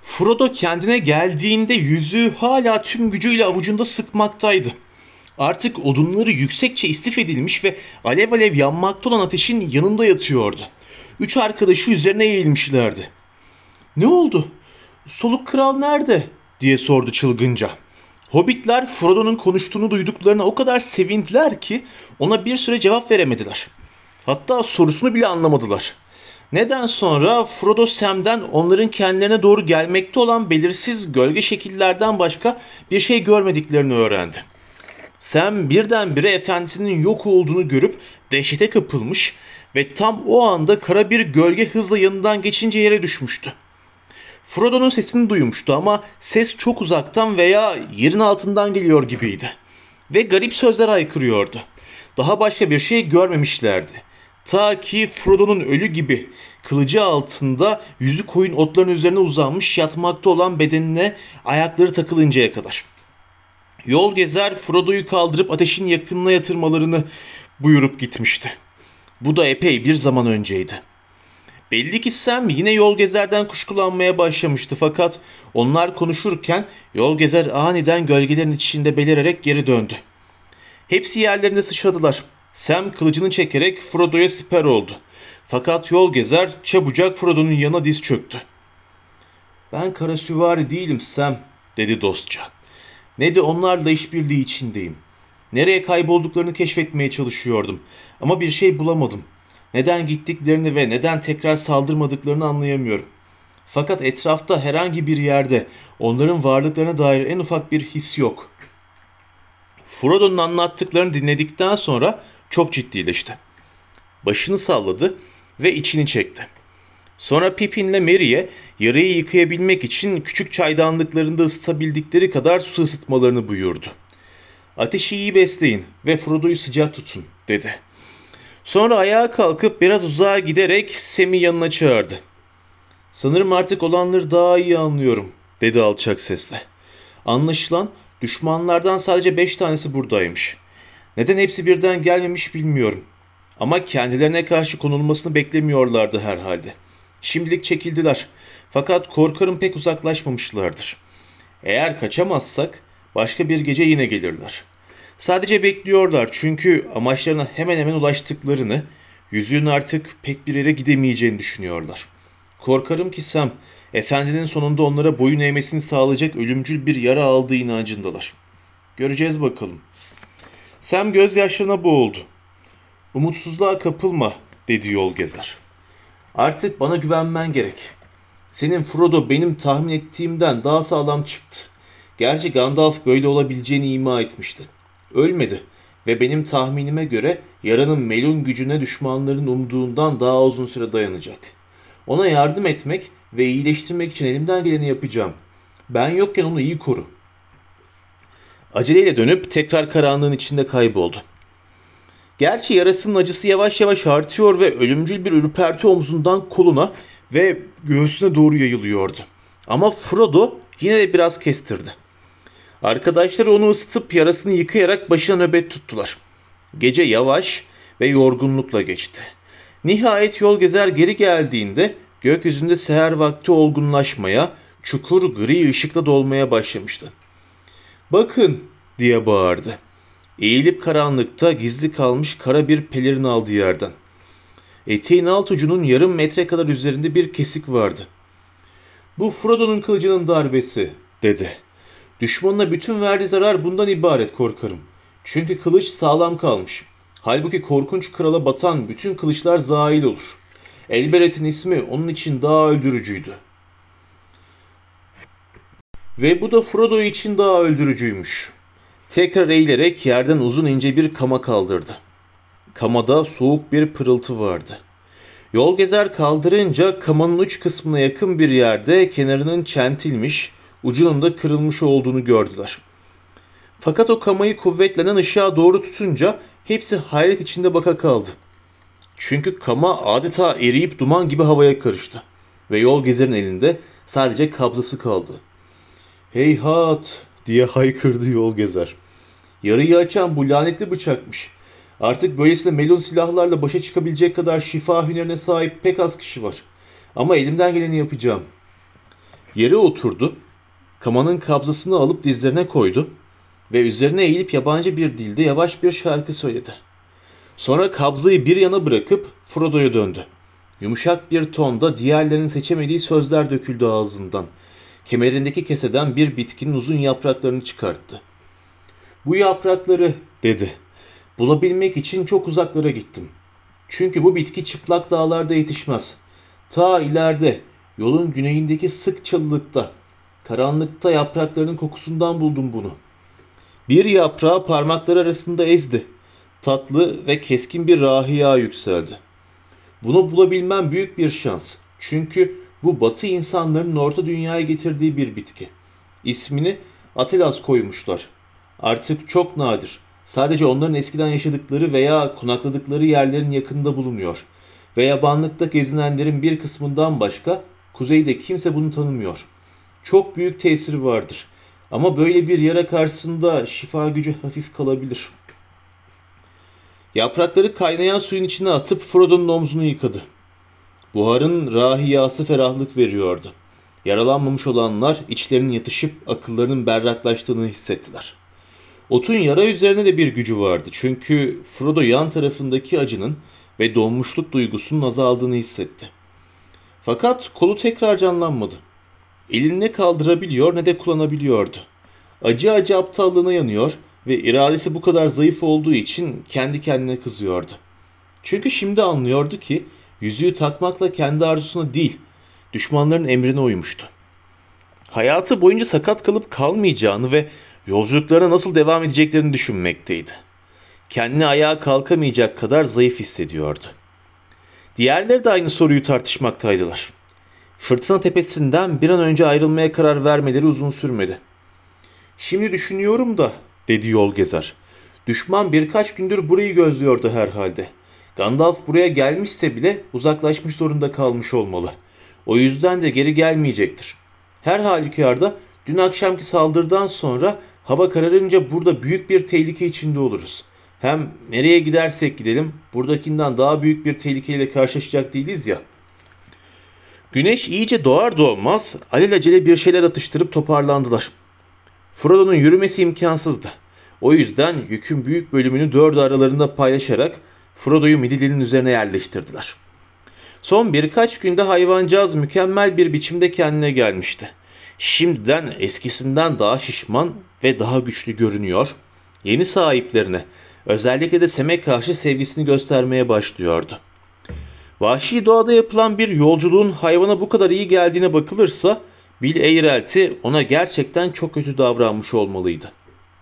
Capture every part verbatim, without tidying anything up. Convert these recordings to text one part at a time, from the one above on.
Frodo kendine geldiğinde yüzüğü hala tüm gücüyle avucunda sıkmaktaydı. Artık odunları yüksekçe istif edilmiş ve alev alev yanmakta olan ateşin yanında yatıyordu. Üç arkadaşı üzerine eğilmişlerdi. "Ne oldu? Soluk Kral nerede?" diye sordu çılgınca. Hobbitler Frodo'nun konuştuğunu duyduklarına o kadar sevindiler ki ona bir süre cevap veremediler. Hatta sorusunu bile anlamadılar. Neden sonra Frodo Sam'den onların kendilerine doğru gelmekte olan belirsiz gölge şekillerden başka bir şey görmediklerini öğrendi. Sam birdenbire efendisinin yok olduğunu görüp dehşete kapılmış ve tam o anda kara bir gölge hızla yanından geçince yere düşmüştü. Frodo'nun sesini duymuştu ama ses çok uzaktan veya yerin altından geliyor gibiydi. Ve garip sözler haykırıyordu. Daha başka bir şey görmemişlerdi. Ta ki Frodo'nun ölü gibi kılıcı altında yüzü koyun otların üzerine uzanmış yatmakta olan bedenine ayakları takılıncaya kadar. Yol gezer Frodo'yu kaldırıp ateşin yakınına yatırmalarını buyurup gitmişti. Bu da epey bir zaman önceydi. Belli ki Sam yine yol gezerden kuşkulanmaya başlamıştı fakat onlar konuşurken yol gezer aniden gölgelerin içinde belirerek geri döndü. Hepsi yerlerinde sıçradılar. Sam kılıcını çekerek Frodo'ya siper oldu. Fakat yol gezer çabucak Frodo'nun yanına diz çöktü. "Ben kara süvari değilim Sam," dedi dostça. "Ne de onlarla işbirliği içindeyim. Nereye kaybolduklarını keşfetmeye çalışıyordum ama bir şey bulamadım. Neden gittiklerini ve neden tekrar saldırmadıklarını anlayamıyorum. Fakat etrafta herhangi bir yerde onların varlıklarına dair en ufak bir his yok." Frodo'nun anlattıklarını dinledikten sonra çok ciddileşti. Başını salladı ve içini çekti. Sonra Pippin'le Merry'e yarayı yıkayabilmek için küçük çaydanlıklarında ısıtabildikleri kadar su ısıtmalarını buyurdu. "Ateşi iyi besleyin ve Frodo'yu sıcak tutun," dedi. Sonra ayağa kalkıp biraz uzağa giderek Sam'i yanına çağırdı. "Sanırım artık olanları daha iyi anlıyorum," dedi alçak sesle. Anlaşılan düşmanlardan sadece beş tanesi buradaymış. Neden hepsi birden gelmemiş bilmiyorum. Ama kendilerine karşı konulmasını beklemiyorlardı herhalde. Şimdilik çekildiler. Fakat korkarım pek uzaklaşmamışlardır. Eğer kaçamazsak başka bir gece yine gelirler. Sadece bekliyorlar çünkü amaçlarına hemen hemen ulaştıklarını, yüzüğün artık pek bir yere gidemeyeceğini düşünüyorlar. Korkarım ki Sam, efendinin sonunda onlara boyun eğmesini sağlayacak ölümcül bir yara aldığı inancındalar. Göreceğiz bakalım. Sam gözyaşlarına boğuldu. "Umutsuzluğa kapılma," dedi yol gezer. "Artık bana güvenmen gerek. Senin Frodo benim tahmin ettiğimden daha sağlam çıktı. Gerçi Gandalf böyle olabileceğini ima etmişti. Ölmedi ve benim tahminime göre yaranın melun gücüne düşmanların umduğundan daha uzun süre dayanacak. Ona yardım etmek ve iyileştirmek için elimden geleni yapacağım. Ben yokken onu iyi koru." Aceleyle dönüp tekrar karanlığın içinde kayboldu. Gerçi yarasının acısı yavaş yavaş artıyor ve ölümcül bir ürperti omzundan koluna ve göğsüne doğru yayılıyordu. Ama Frodo yine de biraz kestirdi. Arkadaşları onu ısıtıp yarasını yıkayarak başına nöbet tuttular. Gece yavaş ve yorgunlukla geçti. Nihayet yol gezer geri geldiğinde gökyüzünde seher vakti olgunlaşmaya, çukur gri ışıkla dolmaya başlamıştı. "Bakın," diye bağırdı. Eğilip karanlıkta gizli kalmış kara bir pelerin aldığı yerden. Eteğin alt ucunun yarım metre kadar üzerinde bir kesik vardı. "Bu Frodo'nun kılıcının darbesi," dedi. "Düşmanına bütün verdiği zarar bundan ibaret korkarım. Çünkü kılıç sağlam kalmış. Halbuki korkunç krala batan bütün kılıçlar zail olur. Elbereth'in ismi onun için daha öldürücüydü. Ve bu da Frodo için daha öldürücüymüş." Tekrar eğilerek yerden uzun ince bir kama kaldırdı. Kamada soğuk bir pırıltı vardı. Yol gezer kaldırınca kamanın uç kısmına yakın bir yerde kenarının çentilmiş, ucunun da kırılmış olduğunu gördüler. Fakat o kamayı kuvvetlenen ışığa doğru tutunca hepsi hayret içinde baka kaldı. Çünkü kama adeta eriyip duman gibi havaya karıştı ve yol gezerin elinde sadece kabzası kaldı. "Heyhat!" diye haykırdı yol gezer. "Yarıyı açan bu lanetli bıçakmış. Artık böylesine melun silahlarla başa çıkabilecek kadar şifa hünerine sahip pek az kişi var. Ama elimden geleni yapacağım." Yere oturdu, kamanın kabzasını alıp dizlerine koydu ve üzerine eğilip yabancı bir dilde yavaş bir şarkı söyledi. Sonra kabzayı bir yana bırakıp Frodo'ya döndü. Yumuşak bir tonda diğerlerinin seçemediği sözler döküldü ağzından. Kemerindeki keseden bir bitkinin uzun yapraklarını çıkarttı. "Bu yaprakları," dedi, "bulabilmek için çok uzaklara gittim. Çünkü bu bitki çıplak dağlarda yetişmez. Ta ileride, yolun güneyindeki sık çalılıkta, karanlıkta yapraklarının kokusundan buldum bunu." Bir yaprağı parmakları arasında ezdi. Tatlı ve keskin bir rahiya yükseldi. "Bunu bulabilmem büyük bir şans. Çünkü bu batı insanların orta dünyaya getirdiği bir bitki. İsmini Atelas koymuşlar. Artık çok nadir. Sadece onların eskiden yaşadıkları veya konakladıkları yerlerin yakınında bulunuyor. Ve yabanlıkta gezinenlerin bir kısmından başka kuzeyde kimse bunu tanımıyor. Çok büyük tesiri vardır. Ama böyle bir yara karşısında şifa gücü hafif kalabilir." Yaprakları kaynayan suyun içine atıp Frodo'nun omzunu yıkadı. Buharın rahiyası ferahlık veriyordu. Yaralanmamış olanlar içlerinin yatışıp akıllarının berraklaştığını hissettiler. Otun yara üzerine de bir gücü vardı. Çünkü Frodo yan tarafındaki acının ve donmuşluk duygusunun azaldığını hissetti. Fakat kolu tekrar canlanmadı. Elini ne kaldırabiliyor ne de kullanabiliyordu. Acı acı aptallığına yanıyor ve iradesi bu kadar zayıf olduğu için kendi kendine kızıyordu. Çünkü şimdi anlıyordu ki yüzüğü takmakla kendi arzusuna değil, düşmanların emrine uymuştu. Hayatı boyunca sakat kalıp kalmayacağını ve yolculuklarına nasıl devam edeceklerini düşünmekteydi. Kendini ayağa kalkamayacak kadar zayıf hissediyordu. Diğerleri de aynı soruyu tartışmaktaydılar. Fırtına tepesinden bir an önce ayrılmaya karar vermeleri uzun sürmedi. "Şimdi düşünüyorum da," dedi yol gezer. "Düşman birkaç gündür burayı gözlüyordu herhalde. Gandalf buraya gelmişse bile uzaklaşmış zorunda kalmış olmalı. O yüzden de geri gelmeyecektir. Her halükarda dün akşamki saldırıdan sonra hava kararınca burada büyük bir tehlike içinde oluruz. Hem nereye gidersek gidelim buradakinden daha büyük bir tehlikeyle karşılaşacak değiliz ya." Güneş iyice doğar doğmaz alelacele bir şeyler atıştırıp toparlandılar. Frodo'nun yürümesi imkansızdı. O yüzden yükün büyük bölümünü dördü aralarında paylaşarak Frodo'yu Midilli'nin üzerine yerleştirdiler. Son birkaç günde hayvancağız mükemmel bir biçimde kendine gelmişti. Şimdiden eskisinden daha şişman ve daha güçlü görünüyor. Yeni sahiplerine, özellikle de Sem'e karşı sevgisini göstermeye başlıyordu. Vahşi doğada yapılan bir yolculuğun hayvana bu kadar iyi geldiğine bakılırsa Bil Eyrelti ona gerçekten çok kötü davranmış olmalıydı.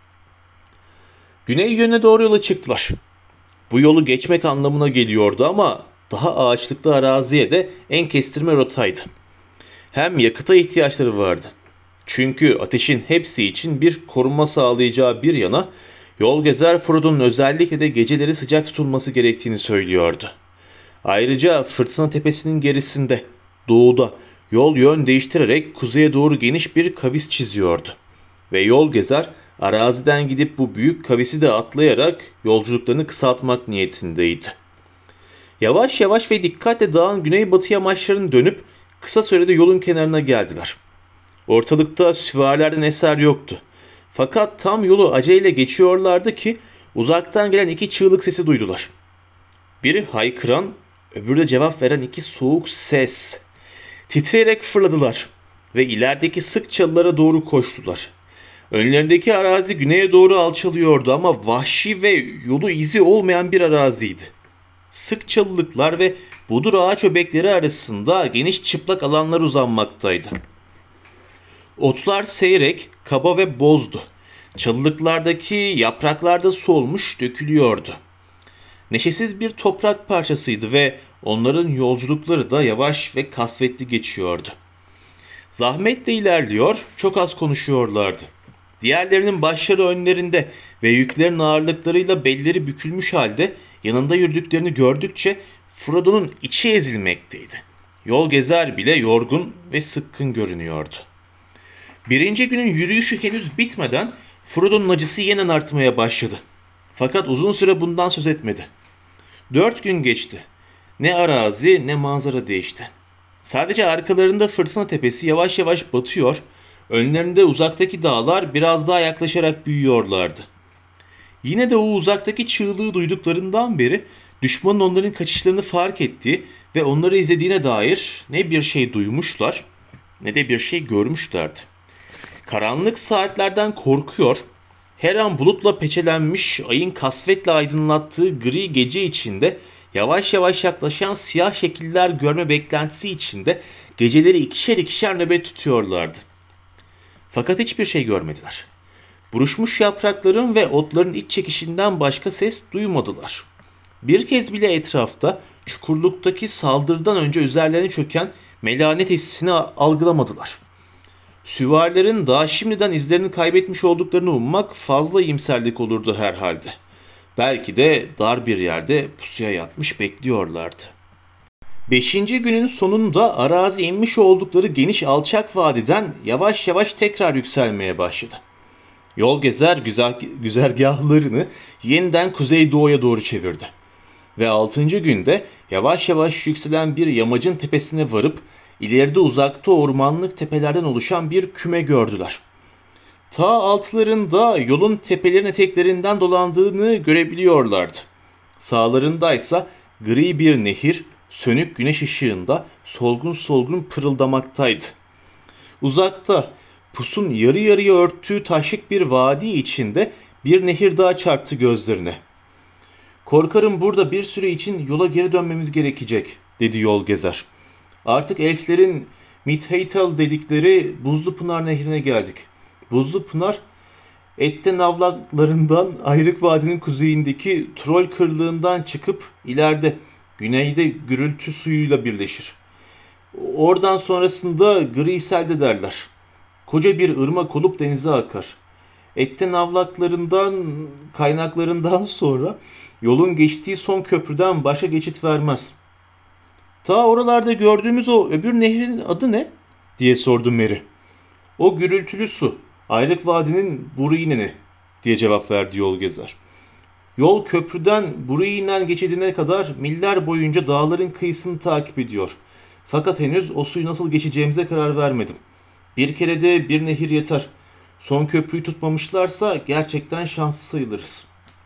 Güney yönüne doğru yola çıktılar. Bu yolu geçmek anlamına geliyordu ama daha ağaçlıklı araziye de en kestirme rotaydı. Hem yakıta ihtiyaçları vardı. Çünkü ateşin hepsi için bir korunma sağlayacağı bir yana yol gezer Frodo'nun özellikle de geceleri sıcak tutulması gerektiğini söylüyordu. Ayrıca Fırtına Tepesi'nin gerisinde, doğuda yol yön değiştirerek kuzeye doğru geniş bir kavis çiziyordu. Ve yol gezer araziden gidip bu büyük kavisi de atlayarak yolculuklarını kısaltmak niyetindeydi. Yavaş yavaş ve dikkatle dağın güneybatı yamaçlarını dönüp kısa sürede yolun kenarına geldiler. Ortalıkta süvarilerden eser yoktu. Fakat tam yolu aceleyle geçiyorlardı ki uzaktan gelen iki çığlık sesi duydular. Biri haykıran, öbürü de cevap veren iki soğuk ses. Titreyerek fırladılar ve ilerideki sık çalılara doğru koştular. Önlerindeki arazi güneye doğru alçalıyordu ama vahşi ve yolu izi olmayan bir araziydi. Sık çalılıklar ve budur ağaç öbekleri arasında geniş çıplak alanlar uzanmaktaydı. Otlar seyrek, kaba ve bozdu. Çalılıklardaki yapraklar da solmuş, dökülüyordu. Neşesiz bir toprak parçasıydı ve onların yolculukları da yavaş ve kasvetli geçiyordu. Zahmetle ilerliyor, çok az konuşuyorlardı. Diğerlerinin başları önlerinde ve yüklerin ağırlıklarıyla belleri bükülmüş halde yanında yürüdüklerini gördükçe Frodo'nun içi ezilmekteydi. Yol gezer bile yorgun ve sıkkın görünüyordu. Birinci günün yürüyüşü henüz bitmeden Frodo'nun acısı yeniden artmaya başladı. Fakat uzun süre bundan söz etmedi. Dört gün geçti. Ne arazi ne manzara değişti. Sadece arkalarında Fırtına Tepesi yavaş yavaş batıyor, önlerinde uzaktaki dağlar biraz daha yaklaşarak büyüyorlardı. Yine de o uzaktaki çığlığı duyduklarından beri düşmanın onların kaçışlarını fark ettiği ve onları izlediğine dair ne bir şey duymuşlar ne de bir şey görmüşlerdi. Karanlık saatlerden korkuyor, her an bulutla peçelenmiş ayın kasvetle aydınlattığı gri gece içinde yavaş yavaş yaklaşan siyah şekiller görme beklentisi içinde geceleri ikişer ikişer nöbet tutuyorlardı. Fakat hiçbir şey görmediler. Buruşmuş yaprakların ve otların iç çekişinden başka ses duymadılar. Bir kez bile etrafta çukurluktaki saldırıdan önce üzerlerine çöken melanet hissini algılamadılar. Süvarilerin daha şimdiden izlerini kaybetmiş olduklarını ummak fazla iyimserlik olurdu herhalde. Belki de dar bir yerde pusuya yatmış bekliyorlardı. Beşinci günün sonunda arazi inmiş oldukları geniş alçak vadiden yavaş yavaş tekrar yükselmeye başladı. Yol gezer güzel, güzergahlarını yeniden kuzeydoğuya doğru çevirdi. Ve altıncı günde yavaş yavaş yükselen bir yamacın tepesine varıp ileride uzakta ormanlık tepelerden oluşan bir küme gördüler. Ta altlarında yolun tepelerin eteklerinden dolandığını görebiliyorlardı. Sağlarındaysa gri bir nehir sönük güneş ışığında solgun solgun pırıldamaktaydı. Uzakta pusun yarı yarıya örttüğü taşlık bir vadi içinde bir nehir daha çarptı gözlerine. "Korkarım burada bir süre için yola geri dönmemiz gerekecek," dedi yol gezer. "Artık elflerin Midheitel dedikleri Buzlu Pınar Nehri'ne geldik. Buzlu Pınar, Etten avlaklarından Ayrık Vadi'nin kuzeyindeki Troll Kırlığı'ndan çıkıp ileride güneyde gürültü suyuyla birleşir. Oradan sonrasında Grisel'de derler. Koca bir ırmak olup denize akar. Etten avlaklarından, kaynaklarından sonra yolun geçtiği son köprüden başka geçit vermez." "Ta oralarda gördüğümüz o öbür nehrin adı ne?" diye sordu Merry. "O gürültülü su, Ayrık Vadi'nin Buruyineni," diye cevap verdi yol gezer. "Yol köprüden Buruyinen geçidine kadar miller boyunca dağların kıyısını takip ediyor. Fakat henüz o suyu nasıl geçeceğimize karar vermedim. Bir kere de bir nehir yeter. Son köprüyü tutmamışlarsa gerçekten şanslı sayılırız."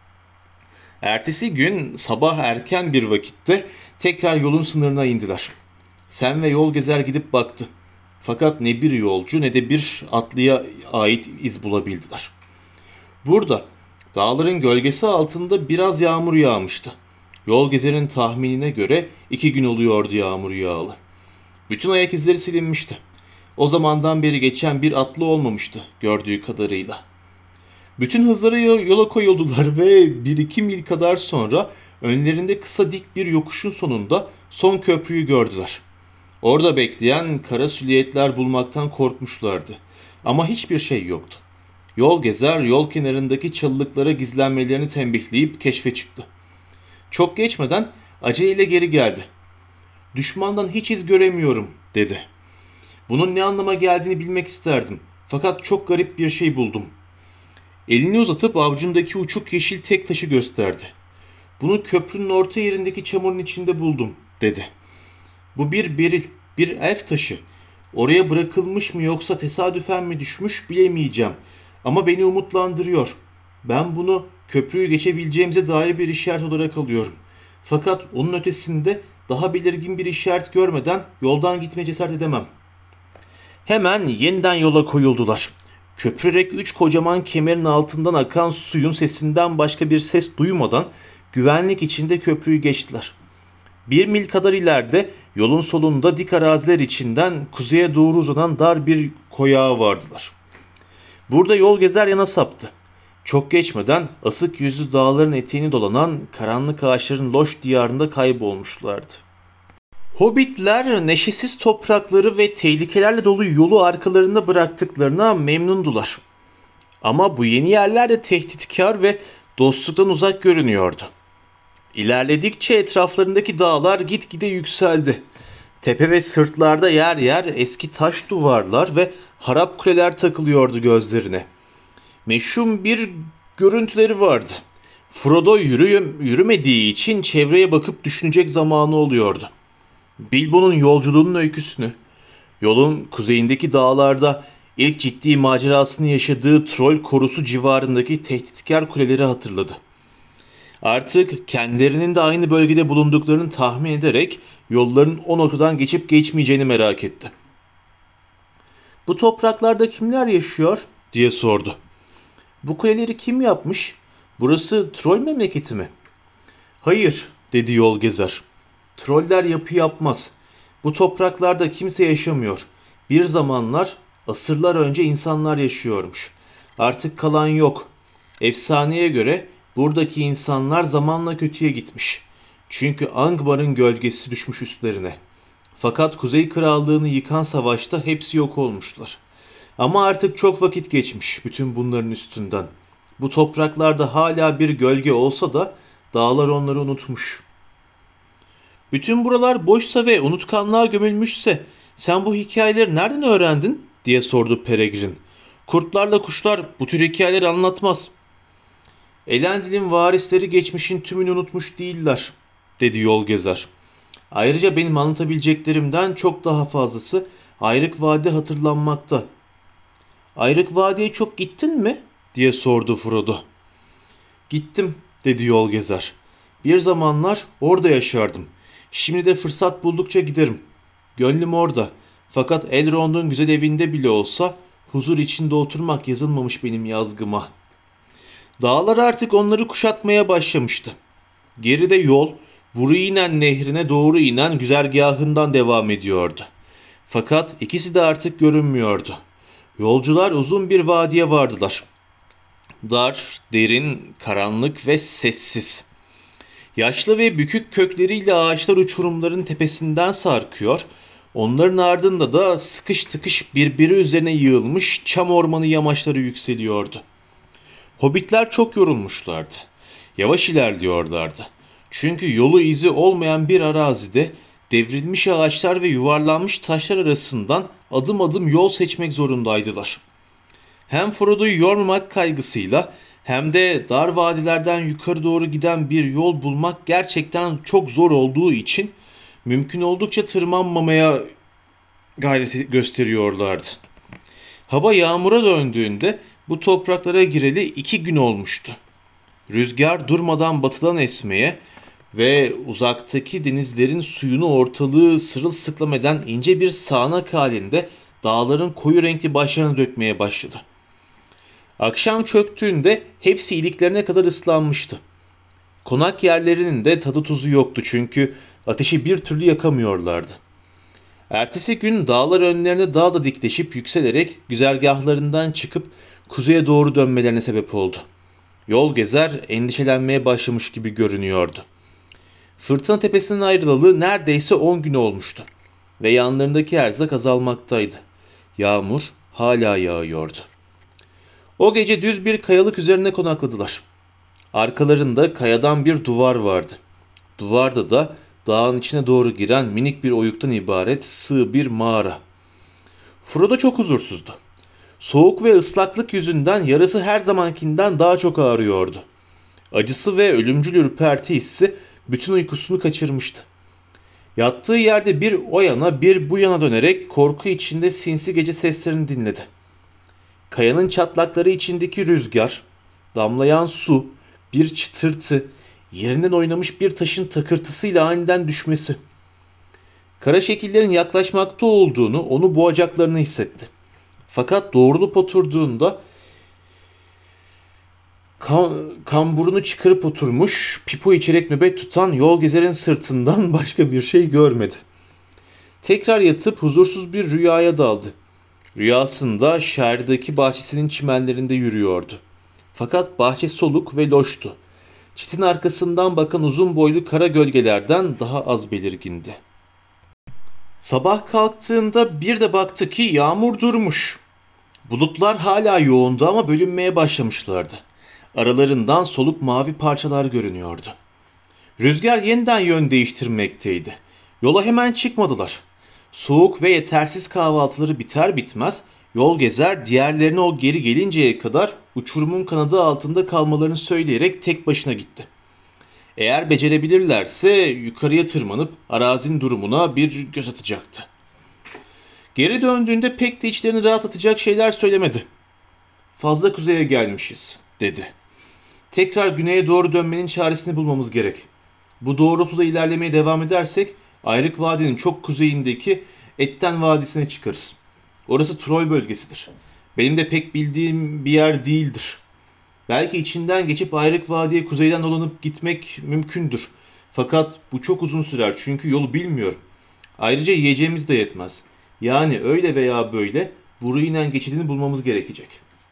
Ertesi gün sabah erken bir vakitte tekrar yolun sınırına indiler. Sen ve yol gezer gidip baktı. Fakat ne bir yolcu ne de bir atlıya ait iz bulabildiler. Burada dağların gölgesi altında biraz yağmur yağmıştı. Yol gezerin tahminine göre iki gün oluyordu yağmur yağalı. Bütün ayak izleri silinmişti. O zamandan beri geçen bir atlı olmamıştı gördüğü kadarıyla. Bütün hızları yola koyuldular ve bir iki mil kadar sonra önlerinde kısa dik bir yokuşun sonunda son köprüyü gördüler. Orada bekleyen kara silüetler bulmaktan korkmuşlardı. Ama hiçbir şey yoktu. Yol gezer yol kenarındaki çalılıklara gizlenmelerini tembihleyip keşfe çıktı. Çok geçmeden aceleyle geri geldi. "Düşmandan hiç iz göremiyorum," dedi. "Bunun ne anlama geldiğini bilmek isterdim. Fakat çok garip bir şey buldum." Elini uzatıp avucundaki uçuk yeşil tek taşı gösterdi. "Bunu köprünün orta yerindeki çamurun içinde buldum," dedi. "Bu bir beril, bir elf taşı. Oraya bırakılmış mı yoksa tesadüfen mi düşmüş bilemeyeceğim. Ama beni umutlandırıyor. Ben bunu köprüyü geçebileceğimize dair bir işaret olarak alıyorum. Fakat onun ötesinde daha belirgin bir işaret görmeden yoldan gitmeye cesaret edemem." Hemen yeniden yola koyuldular. Köprürek üç kocaman kemerin altından akan suyun sesinden başka bir ses duymadan güvenlik içinde köprüyü geçtiler. Bir mil kadar ileride yolun solunda dik araziler içinden kuzeye doğru uzanan dar bir koyağa vardılar. Burada yol gezer yana saptı. Çok geçmeden asık yüzlü dağların eteğini dolanan karanlık ağaçların loş diyarında kaybolmuşlardı. Hobbitler neşesiz toprakları ve tehlikelerle dolu yolu arkalarında bıraktıklarına memnundular. Ama bu yeni yerler de tehditkar ve dostluktan uzak görünüyordu. İlerledikçe etraflarındaki dağlar gitgide yükseldi. Tepe ve sırtlarda yer yer eski taş duvarlar ve harap kuleler takılıyordu gözlerine. Meşhum bir görüntüleri vardı. Frodo yürü, yürümediği için çevreye bakıp düşünecek zamanı oluyordu. Bilbo'nun yolculuğunun öyküsünü, yolun kuzeyindeki dağlarda ilk ciddi macerasını yaşadığı Troll korusu civarındaki tehditkar kuleleri hatırladı. Artık kendilerinin de aynı bölgede bulunduklarını tahmin ederek yolların o noktadan geçip geçmeyeceğini merak etti. "Bu topraklarda kimler yaşıyor?" diye sordu. "Bu kuleleri kim yapmış? Burası Troll memleketi mi?" "Hayır," dedi yol gezer. "Troller yapı yapmaz. Bu topraklarda kimse yaşamıyor. Bir zamanlar, asırlar önce insanlar yaşıyormuş. Artık kalan yok. Efsaneye göre buradaki insanlar zamanla kötüye gitmiş. Çünkü Angmar'ın gölgesi düşmüş üstlerine. Fakat Kuzey Krallığı'nı yıkan savaşta hepsi yok olmuşlar. Ama artık çok vakit geçmiş bütün bunların üstünden. Bu topraklarda hala bir gölge olsa da dağlar onları unutmuş." "Bütün buralar boşsa ve unutkanlığa gömülmüşse sen bu hikayeleri nereden öğrendin?" diye sordu Peregrin. "Kurtlarla kuşlar bu tür hikayeleri anlatmaz." "Elendil'in varisleri geçmişin tümünü unutmuş değiller," dedi yol gezer. "Ayrıca benim anlatabileceklerimden çok daha fazlası Ayrık Vadi hatırlanmakta." "Ayrık Vadi'ye çok gittin mi?" diye sordu Frodo. "Gittim," dedi yol gezer. "Bir zamanlar orada yaşardım. Şimdi de fırsat buldukça giderim. Gönlüm orada. Fakat Elrond'un güzel evinde bile olsa huzur içinde oturmak yazılmamış benim yazgıma." Dağlar artık onları kuşatmaya başlamıştı. Geride yol, Burinen nehrine doğru inen güzergahından devam ediyordu. Fakat ikisi de artık görünmüyordu. Yolcular uzun bir vadiye vardılar. Dar, derin, karanlık ve sessiz. Yaşlı ve bükük kökleriyle ağaçlar uçurumların tepesinden sarkıyor, onların ardında da sıkış tıkış birbiri üzerine yığılmış çam ormanı yamaçları yükseliyordu. Hobbitler çok yorulmuşlardı. Yavaş ilerliyorlardı. Çünkü yolu izi olmayan bir arazide devrilmiş ağaçlar ve yuvarlanmış taşlar arasından adım adım yol seçmek zorundaydılar. Hem Frodo'yu yormamak kaygısıyla hem de dar vadilerden yukarı doğru giden bir yol bulmak gerçekten çok zor olduğu için mümkün oldukça tırmanmamaya gayret gösteriyorlardı. Hava yağmura döndüğünde bu topraklara gireli iki gün olmuştu. Rüzgar durmadan batıdan esmeye ve uzaktaki denizlerin suyunu ortalığı sırılsıklam eden ince bir sağanak halinde dağların koyu renkli başlarına dökmeye başladı. Akşam çöktüğünde hepsi iliklerine kadar ıslanmıştı. Konak yerlerinin de tadı tuzu yoktu çünkü ateşi bir türlü yakamıyorlardı. Ertesi gün dağlar önlerine daha da dikleşip yükselerek güzergahlarından çıkıp kuzeye doğru dönmelerine sebep oldu. Yol gezer endişelenmeye başlamış gibi görünüyordu. Fırtına tepesinden ayrılalı neredeyse on gün olmuştu ve yanlarındaki erzak azalmaktaydı. Yağmur hala yağıyordu. O gece düz bir kayalık üzerine konakladılar. Arkalarında kayadan bir duvar vardı. Duvarda da dağın içine doğru giren minik bir oyuktan ibaret sığ bir mağara. Frodo çok huzursuzdu. Soğuk ve ıslaklık yüzünden yarası her zamankinden daha çok ağrıyordu. Acısı ve ölümcül ürperti hissi bütün uykusunu kaçırmıştı. Yattığı yerde bir o yana bir bu yana dönerek korku içinde sinsi gece seslerini dinledi. Kayanın çatlakları içindeki rüzgar, damlayan su, bir çıtırtı, yerinden oynamış bir taşın takırtısıyla aniden düşmesi. Kara şekillerin yaklaşmakta olduğunu, onu boğacaklarını hissetti. Fakat doğrulup oturduğunda kan, kamburunu çıkarıp oturmuş, pipo içerek nöbet tutan yol gezerin sırtından başka bir şey görmedi. Tekrar yatıp huzursuz bir rüyaya daldı. Rüyasında şehirdeki bahçesinin çimenlerinde yürüyordu. Fakat bahçe soluk ve loştu. Çitin arkasından bakan uzun boylu kara gölgelerden daha az belirgindi. Sabah kalktığında bir de baktı ki yağmur durmuş. Bulutlar hala yoğundu ama bölünmeye başlamışlardı. Aralarından soluk mavi parçalar görünüyordu. Rüzgar yeniden yön değiştirmekteydi. Yola hemen çıkmadılar. Soğuk ve yetersiz kahvaltıları biter bitmez yol gezer diğerlerine o geri gelinceye kadar uçurumun kanadı altında kalmalarını söyleyerek tek başına gitti. Eğer becerebilirlerse yukarıya tırmanıp arazinin durumuna bir göz atacaktı. Geri döndüğünde pek de içlerini rahatlatacak şeyler söylemedi. "Fazla kuzeye gelmişiz," dedi. "Tekrar güneye doğru dönmenin çaresini bulmamız gerek. Bu doğrultuda ilerlemeye devam edersek Ayrık Vadi'nin çok kuzeyindeki Etten Vadisi'ne çıkarız. Orası Troll bölgesidir. Benim de pek bildiğim bir yer değildir. Belki içinden geçip Ayrık Vadi'ye kuzeyden dolanıp gitmek mümkündür. Fakat bu çok uzun sürer çünkü yolu bilmiyorum. Ayrıca yiyeceğimiz de yetmez. Yani öyle veya böyle Buruynen geçidini bulmamız gerekecek."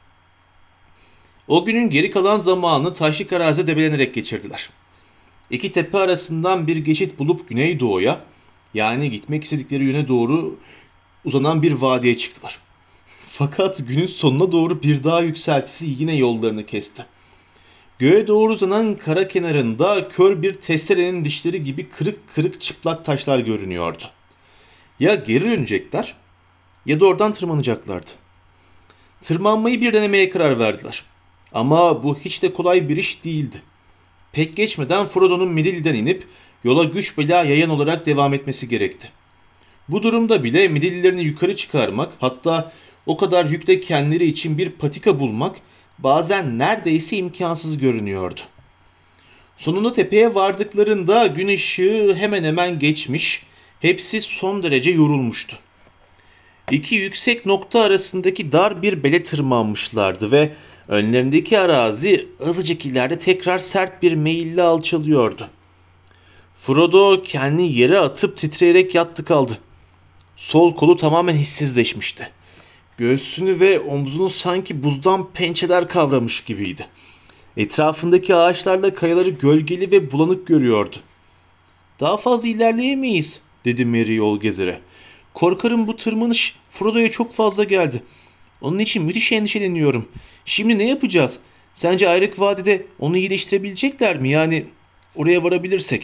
O günün geri kalan zamanını taşlık arazide debelenerek geçirdiler. İki tepe arasından bir geçit bulup güneydoğuya, yani gitmek istedikleri yöne doğru uzanan bir vadiye çıktılar. Fakat günün sonuna doğru bir dağ yükseltisi yine yollarını kesti. Göğe doğru uzanan kara kenarında kör bir testerenin dişleri gibi kırık kırık çıplak taşlar görünüyordu. Ya geri dönecekler ya da oradan tırmanacaklardı. Tırmanmayı bir denemeye karar verdiler. Ama bu hiç de kolay bir iş değildi. Pek geçmeden Frodo'nun Midilli'den inip yola güç bela yayan olarak devam etmesi gerekti. Bu durumda bile Midillilerini yukarı çıkarmak, hatta o kadar yükle kendileri için bir patika bulmak bazen neredeyse imkansız görünüyordu. Sonunda tepeye vardıklarında gün ışığı hemen hemen geçmiş, hepsi son derece yorulmuştu. İki yüksek nokta arasındaki dar bir bele tırmanmışlardı ve önlerindeki arazi azıcık ileride tekrar sert bir meyille alçalıyordu. Frodo kendini yere atıp titreyerek yattı kaldı. Sol kolu tamamen hissizleşmişti. Göğsünü ve omzunu sanki buzdan pençeler kavramış gibiydi. Etrafındaki ağaçlarla kayaları gölgeli ve bulanık görüyordu. "Daha fazla ilerleyemeyiz," dedi Merry yol gezere. "Korkarım bu tırmanış Frodo'ya çok fazla geldi. Onun için müthiş endişeleniyorum. Şimdi ne yapacağız? Sence Ayrık Vadi'de onu iyileştirebilecekler mi? Yani oraya varabilirsek."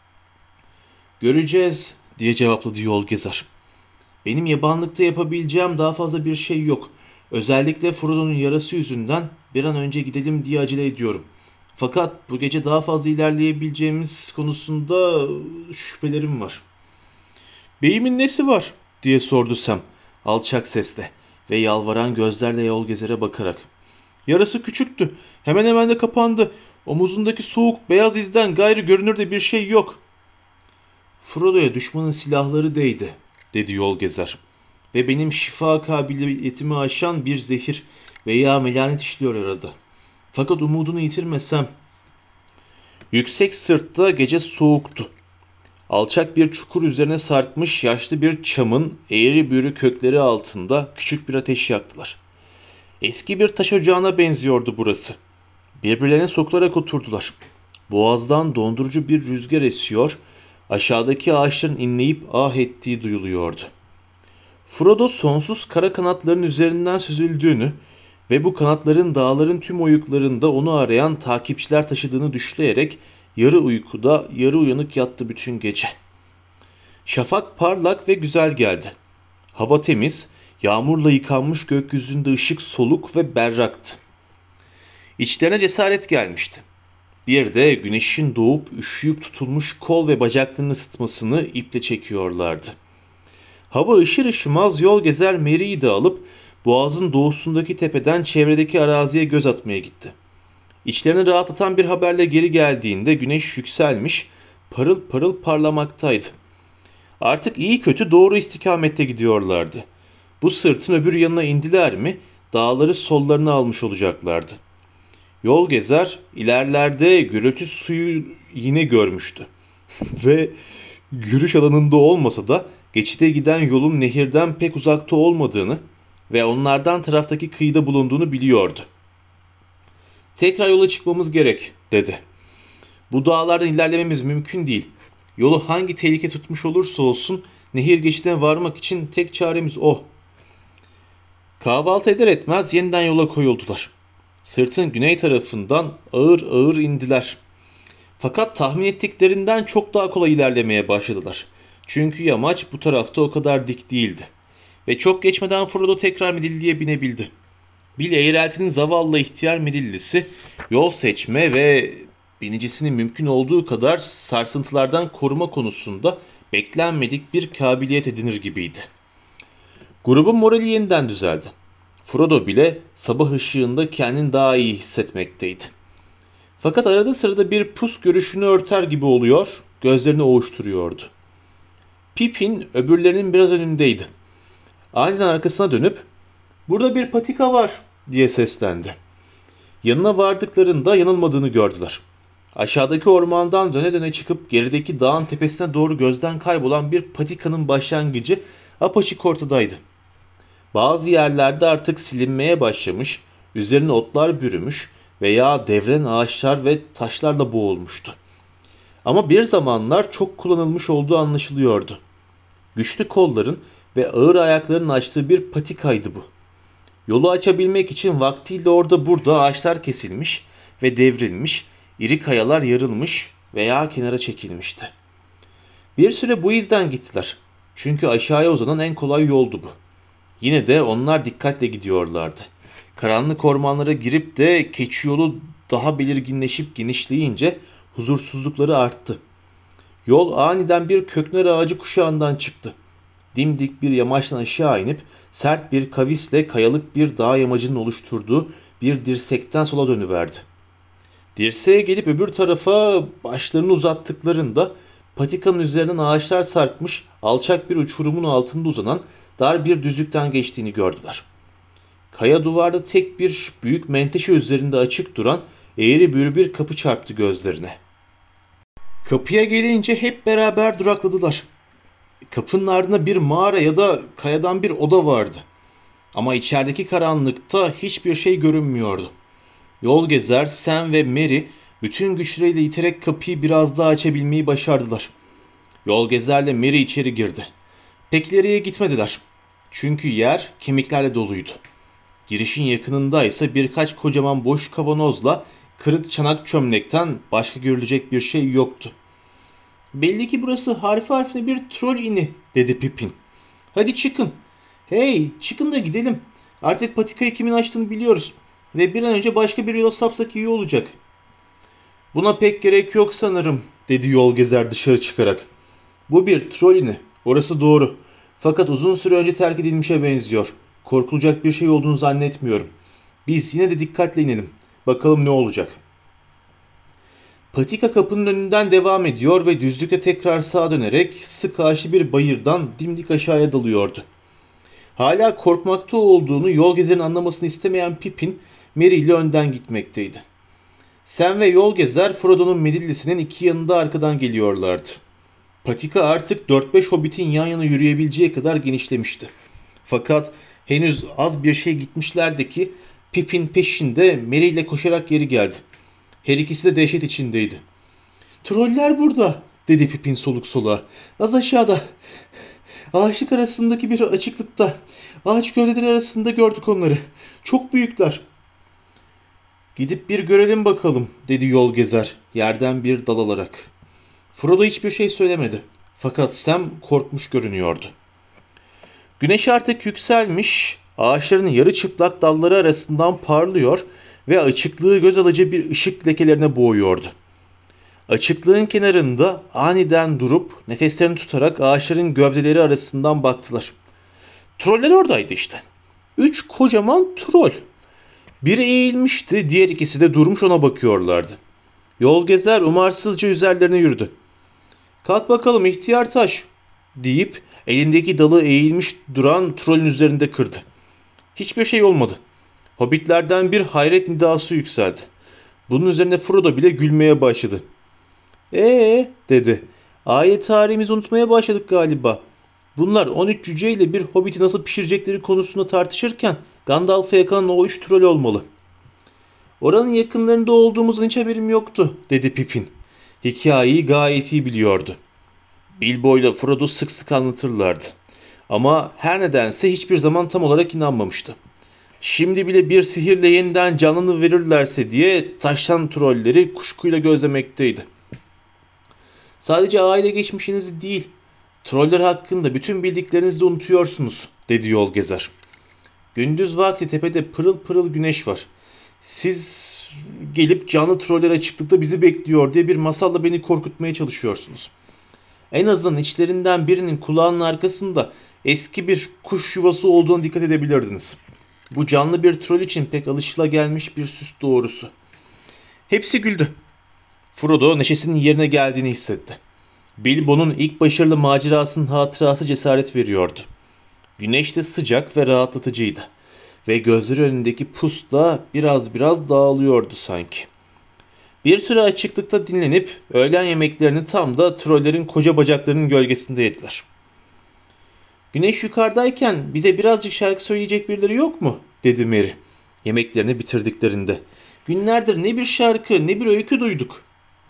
"Göreceğiz," diye cevapladı yol gezer. "Benim yabanlıkta yapabileceğim daha fazla bir şey yok. Özellikle Frodo'nun yarası yüzünden bir an önce gidelim diye acele ediyorum. Fakat bu gece daha fazla ilerleyebileceğimiz konusunda şüphelerim var." "Beyimin nesi var?" diye sordu Sam alçak sesle ve yalvaran gözlerle yol gezere bakarak. "Yarası küçüktü. Hemen hemen de kapandı. Omuzundaki soğuk beyaz izden gayrı görünür de bir şey yok." "Frodo'ya düşmanın silahları değdi," dedi yol gezer. "Ve benim şifa kabiliyetimi aşan bir zehir veya melanet işliyor arada. Fakat umudunu yitirmesem." Yüksek sırtta gece soğuktu. Alçak bir çukur üzerine sarkmış yaşlı bir çamın eğri büğrü kökleri altında küçük bir ateş yaktılar. Eski bir taş ocağına benziyordu burası. Birbirlerine sokularak oturdular. Boğazdan dondurucu bir rüzgar esiyor, aşağıdaki ağaçların inleyip ah ettiği duyuluyordu. Frodo sonsuz kara kanatların üzerinden süzüldüğünü ve bu kanatların dağların tüm oyuklarında onu arayan takipçiler taşıdığını düşleyerek yarı uykuda yarı uyanık yattı bütün gece. Şafak parlak ve güzel geldi. Hava temiz, yağmurla yıkanmış gökyüzünde ışık soluk ve berraktı. İçlerine cesaret gelmişti. Bir de güneşin doğup üşüyüp tutulmuş kol ve bacaklarını ısıtmasını iple çekiyorlardı. Hava ışır ışımaz yol gezer Merry'i de alıp boğazın doğusundaki tepeden çevredeki araziye göz atmaya gitti. İçlerini rahatlatan bir haberle geri geldiğinde güneş yükselmiş, parıl parıl parlamaktaydı. Artık iyi kötü doğru istikamette gidiyorlardı. Bu sırtın öbür yanına indiler mi dağları sollarına almış olacaklardı. Yol gezer ilerlerde gürültü suyu yine görmüştü. Ve görüş alanında olmasa da geçide giden yolun nehirden pek uzakta olmadığını ve onlardan taraftaki kıyıda bulunduğunu biliyordu. "Tekrar yola çıkmamız gerek," dedi. "Bu dağlardan ilerlememiz mümkün değil. Yolu hangi tehlike tutmuş olursa olsun nehir geçidine varmak için tek çaremiz o." Kahvaltı eder etmez yeniden yola koyuldular. Sırtın güney tarafından ağır ağır indiler. Fakat tahmin ettiklerinden çok daha kolay ilerlemeye başladılar. Çünkü yamaç bu tarafta o kadar dik değildi. Ve çok geçmeden Frodo tekrar Midilli'ye binebildi. Bil eğreltinin zavallı ihtiyar Midillisi yol seçme ve binicisini mümkün olduğu kadar sarsıntılardan koruma konusunda beklenmedik bir kabiliyet edinir gibiydi. Grubun morali yeniden düzeldi. Frodo bile sabah ışığında kendini daha iyi hissetmekteydi. Fakat arada sırada bir pus görüşünü örter gibi oluyor, gözlerini ovuşturuyordu. Pippin öbürlerinin biraz önündeydi. Aniden arkasına dönüp "Burada bir patika var," diye seslendi. Yanına vardıklarında yanılmadığını gördüler. Aşağıdaki ormandan döne döne çıkıp gerideki dağın tepesine doğru gözden kaybolan bir patikanın başlangıcı apaçık ortadaydı. Bazı yerlerde artık silinmeye başlamış, üzerine otlar bürümüş veya devren ağaçlar ve taşlarla boğulmuştu. Ama bir zamanlar çok kullanılmış olduğu anlaşılıyordu. Güçlü kolların ve ağır ayakların açtığı bir patikaydı bu. Yolu açabilmek için vaktiyle orada burada ağaçlar kesilmiş ve devrilmiş, iri kayalar yarılmış veya kenara çekilmişti. Bir süre bu izden gittiler. Çünkü aşağıya uzanan en kolay yoldu bu. Yine de onlar dikkatle gidiyorlardı. Karanlık ormanlara girip de keçi yolu daha belirginleşip genişleyince huzursuzlukları arttı. Yol aniden bir köknar ağacı kuşağından çıktı. Dimdik bir yamaçtan aşağı inip sert bir kavisle kayalık bir dağ yamacının oluşturduğu bir dirsekten sola dönüverdi. Dirseğe gelip öbür tarafa başlarını uzattıklarında patikanın üzerinden ağaçlar sarkmış alçak bir uçurumun altında uzanan dar bir düzlükten geçtiğini gördüler. Kaya duvarda tek bir büyük menteşe üzerinde açık duran eğri büğrü bir kapı çarptı gözlerine. Kapıya gelince hep beraber durakladılar. Kapının ardında bir mağara ya da kayadan bir oda vardı. Ama içerideki karanlıkta hiçbir şey görünmüyordu. Yol gezer, Sam ve Merry bütün güçleriyle iterek kapıyı biraz daha açabilmeyi başardılar. Yol gezerle Merry içeri girdi. Pek ileriye gitmediler. Çünkü yer kemiklerle doluydu. Girişin yakınında ise birkaç kocaman boş kavanozla kırık çanak çömlekten başka görülecek bir şey yoktu. "Belli ki burası harfi harfine bir troll ini," dedi Pippin. "Hadi çıkın. Hey, çıkın da gidelim. Artık patikayı kimin açtığını biliyoruz. Ve bir an önce başka bir yola sapsak iyi olacak." "Buna pek gerek yok sanırım," dedi yol gezer dışarı çıkarak. "Bu bir troll ini. Orası doğru. Fakat uzun süre önce terk edilmişe benziyor. Korkulacak bir şey olduğunu zannetmiyorum. Biz yine de dikkatle inelim. Bakalım ne olacak." Patika kapının önünden devam ediyor ve düzlükte tekrar sağa dönerek sık ağaçlı bir bayırdan dimdik aşağıya dalıyordu. Hala korkmakta olduğunu yol gezerin anlamasını istemeyen Pippin, Merry ile önden gitmekteydi. Sam ve yol gezer Frodo'nun Medillisinin iki yanında arkadan geliyorlardı. Patika artık dört beş hobbitin yan yana yürüyebileceği kadar genişlemişti. Fakat henüz az bir şey gitmişlerdi ki Pippin peşinde Merry ile koşarak geri geldi. Her ikisi de dehşet içindeydi. "Troller burada," dedi Pippin soluk soluğa. "Az aşağıda. Ağaçlık arasındaki bir açıklıkta. Ağaç gövdeleri arasında gördük onları. Çok büyükler." "Gidip bir görelim bakalım," dedi yol gezer yerden bir dal alarak. Frodo hiçbir şey söylemedi. Fakat Sam korkmuş görünüyordu. Güneş artık yükselmiş, ağaçların yarı çıplak dalları arasından parlıyor ve açıklığı göz alıcı bir ışık lekelerine boğuyordu. Açıklığın kenarında aniden durup nefeslerini tutarak ağaçların gövdeleri arasından baktılar. Troller oradaydı işte. Üç kocaman troll. Biri eğilmişti, diğer ikisi de durmuş ona bakıyorlardı. Yol gezer umarsızca üzerlerine yürüdü. "Kalk bakalım ihtiyar taş," deyip elindeki dalı eğilmiş duran trollün üzerinde kırdı. Hiçbir şey olmadı. Hobbitlerden bir hayret nidası yükseldi. Bunun üzerine Frodo bile gülmeye başladı. "Ee," dedi. "Ayet tarihimizi unutmaya başladık galiba. Bunlar on üç cüceyle bir hobbiti nasıl pişirecekleri konusunda tartışırken Gandalf'a yakalan o üç troll olmalı." "Oranın yakınlarında olduğumuzdan hiç haberim yoktu," dedi Pippin. Hikayeyi gayet iyi biliyordu. Bilbo ile Frodo sık sık anlatırlardı. Ama her nedense hiçbir zaman tam olarak inanmamıştı. Şimdi bile bir sihirle yeniden canını verirlerse diye taştan trolleri kuşkuyla gözlemekteydi. "Sadece aile geçmişinizi değil, troller hakkında bütün bildiklerinizi de unutuyorsunuz," dedi yol gezer. "Gündüz vakti tepede pırıl pırıl güneş var. Siz gelip canlı troller açıklıkta bizi bekliyor diye bir masalla beni korkutmaya çalışıyorsunuz. En azından içlerinden birinin kulağının arkasında eski bir kuş yuvası olduğuna dikkat edebilirdiniz. Bu canlı bir troll için pek alışılagelmiş bir süs doğrusu. Hepsi güldü. Frodo neşesinin yerine geldiğini hissetti. Bilbo'nun ilk başarılı macerasının hatırası cesaret veriyordu. Güneş de sıcak ve rahatlatıcıydı. Ve gözleri önündeki pus da biraz biraz dağılıyordu sanki. Bir süre açıklıkta dinlenip öğlen yemeklerini tam da trollerin koca bacaklarının gölgesinde yediler. Güneş yukarıdayken bize birazcık şarkı söyleyecek birileri yok mu? Dedi Merry yemeklerini bitirdiklerinde. Günlerdir ne bir şarkı ne bir öykü duyduk.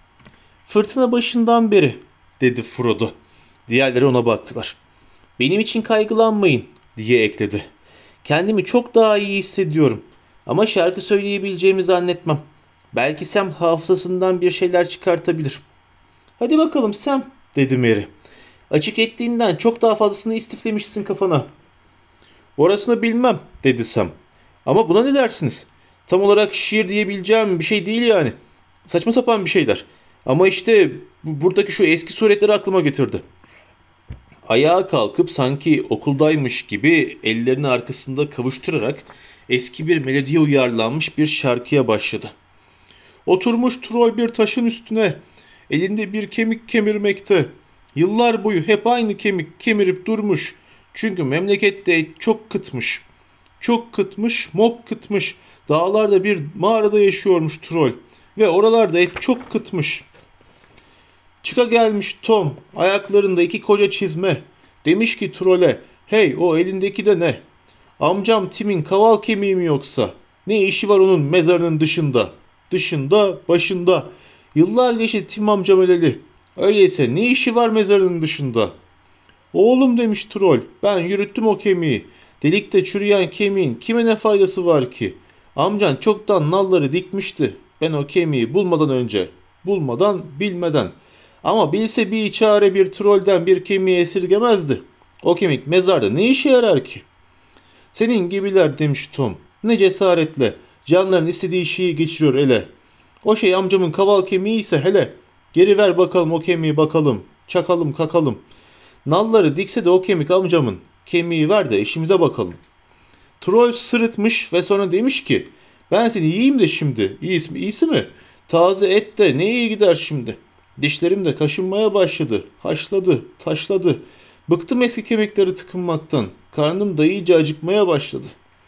Fırtına başından beri dedi Frodo. Diğerleri ona baktılar. Benim için kaygılanmayın diye ekledi. Kendimi çok daha iyi hissediyorum ama şarkı söyleyebileceğimi zannetmem. Belki Sam hafızasından bir şeyler çıkartabilir. Hadi bakalım Sam dedi Merry. Açık ettiğinden çok daha fazlasını istiflemişsin kafana. Orasını bilmem dedi Sam. Ama buna ne dersiniz? Tam olarak şiir diyebileceğim bir şey değil yani. Saçma sapan bir şeyler. Ama işte buradaki şu eski suretleri aklıma getirdi. Ayağa kalkıp sanki okuldaymış gibi ellerini arkasında kavuşturarak eski bir melodiye uyarlanmış bir şarkıya başladı. Oturmuş troll bir taşın üstüne, elinde bir kemik kemirmekte. Yıllar boyu hep aynı kemik kemirip durmuş. Çünkü memlekette et çok kıtmış. Çok kıtmış, mok kıtmış. Dağlarda bir mağarada yaşıyormuş troll. Ve oralarda et çok kıtmış. Çıka gelmiş Tom, ayaklarında iki koca çizme. Demiş ki trole, hey o elindeki de ne? Amcam Tim'in kaval kemiği mi yoksa? Ne işi var onun mezarının dışında? Dışında, başında. Yıllar geçti Tim amcam öleli. Öyleyse ne işi var mezarının dışında? Oğlum demiş troll, ben yürüttüm o kemiği. Delikte çürüyen kemiğin kime ne faydası var ki? Amcan çoktan nalları dikmişti. Ben o kemiği bulmadan önce. Bulmadan, bilmeden. Ama bilse bir çare bir trolden bir kemiği esirgemezdi. O kemik mezarda ne işe yarar ki? Senin gibiler demiş Tom. Ne cesaretle. Canların istediği şeyi geçiriyor ele. O şey amcamın kaval kemiği ise hele. Geri ver bakalım o kemiği bakalım. Çakalım kakalım. Nalları dikse de o kemik amcamın. Kemiği ver de işimize bakalım. Troll sırıtmış ve sonra demiş ki ben seni yiyeyim de şimdi. İyisi mi? İyisi mi? Taze et de ne iyi gider şimdi. Dişlerim de kaşınmaya başladı. Haşladı, taşladı. Bıktım eski kemikleri tıkınmaktan. Karnım da iyice acıkmaya başladı.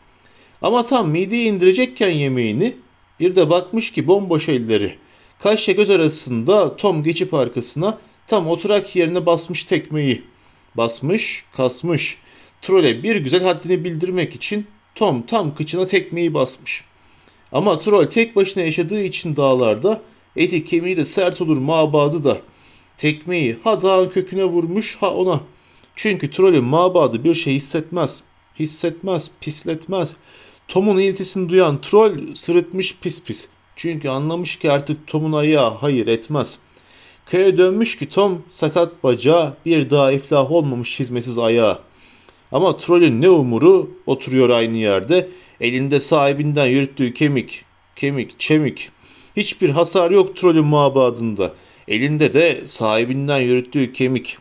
Ama tam mideye indirecekken yemeğini bir de bakmış ki bomboş elleri. Kaşla göz arasında Tom geçip arkasına tam oturak yerine basmış tekmeyi. Basmış, kasmış. Troll'e bir güzel haddini bildirmek için Tom tam kıçına tekmeyi basmış. Ama troll tek başına yaşadığı için dağlarda eti kemiği de sert olur mabadı da. Tekmeyi ha dağın köküne vurmuş ha ona. Çünkü trollün mabadı bir şey hissetmez. Hissetmez, pisletmez. Tom'un iltisini duyan troll sırıtmış pis pis. Çünkü anlamış ki artık Tom'un ayağı hayır etmez. Köye dönmüş ki Tom sakat bacağı bir daha iflah olmamış hizmetsiz ayağı. Ama trollün ne umuru oturuyor aynı yerde. Elinde sahibinden yürüttüğü kemik, kemik, çemik. Hiçbir hasar yok trollün mabadında. Elinde de sahibinden yürüttüğü kemik.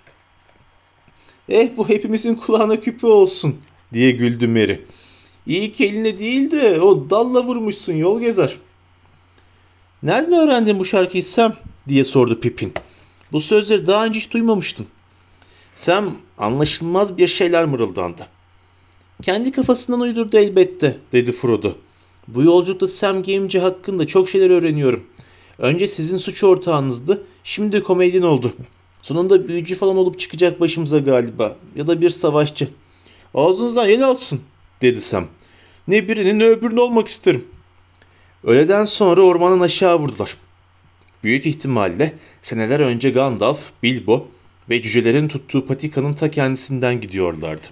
Eh bu hepimizin kulağına küpe olsun diye güldü Merry. İyi ki eline değil de o dalla vurmuşsun yol gezer. Nereden öğrendin bu şarkıyı Sam diye sordu Pippin. Bu sözleri daha önce hiç duymamıştım. Sam anlaşılmaz bir şeyler mırıldandı. Kendi kafasından uydurdu elbette dedi Frodo. Bu yolculukta Sam Gamgee hakkında çok şeyler öğreniyorum. Önce sizin suç ortağınızdı, şimdi de komedyen oldu. Sonunda büyücü falan olup çıkacak başımıza galiba. Ya da bir savaşçı. Ağzınızdan yel alsın dedi Sam. Ne birinin ne öbürünün olmak isterim. Öğleden sonra ormanın aşağı vurdular. Büyük ihtimalle seneler önce Gandalf, Bilbo ve cücelerin tuttuğu patikanın ta kendisinden gidiyorlardı.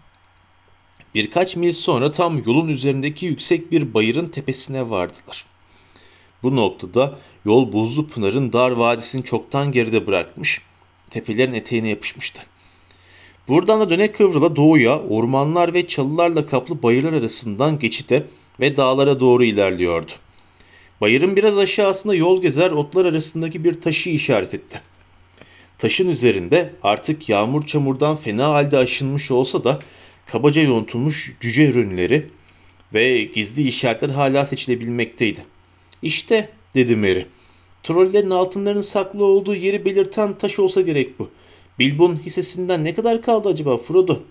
Birkaç mil sonra tam yolun üzerindeki yüksek bir bayırın tepesine vardılar. Bu noktada yol Buzlu Pınar'ın dar vadisini çoktan geride bırakmış, tepelerin eteğine yapışmıştı. Buradan da döne kıvrıla doğuya, ormanlar ve çalılarla kaplı bayırlar arasından geçite ve dağlara doğru ilerliyordu. Bayırın biraz aşağısında yol gezer otlar arasındaki bir taşı işaret etti. Taşın üzerinde artık yağmur çamurdan fena halde aşınmış olsa da kabaca yontulmuş cüce ürünleri ve gizli işaretler hala seçilebilmekteydi. İşte dedi Mary. Trollerin altınların saklı olduğu yeri belirten taş olsa gerek bu. Bilbo'nun hissesinden ne kadar kaldı acaba Frodo?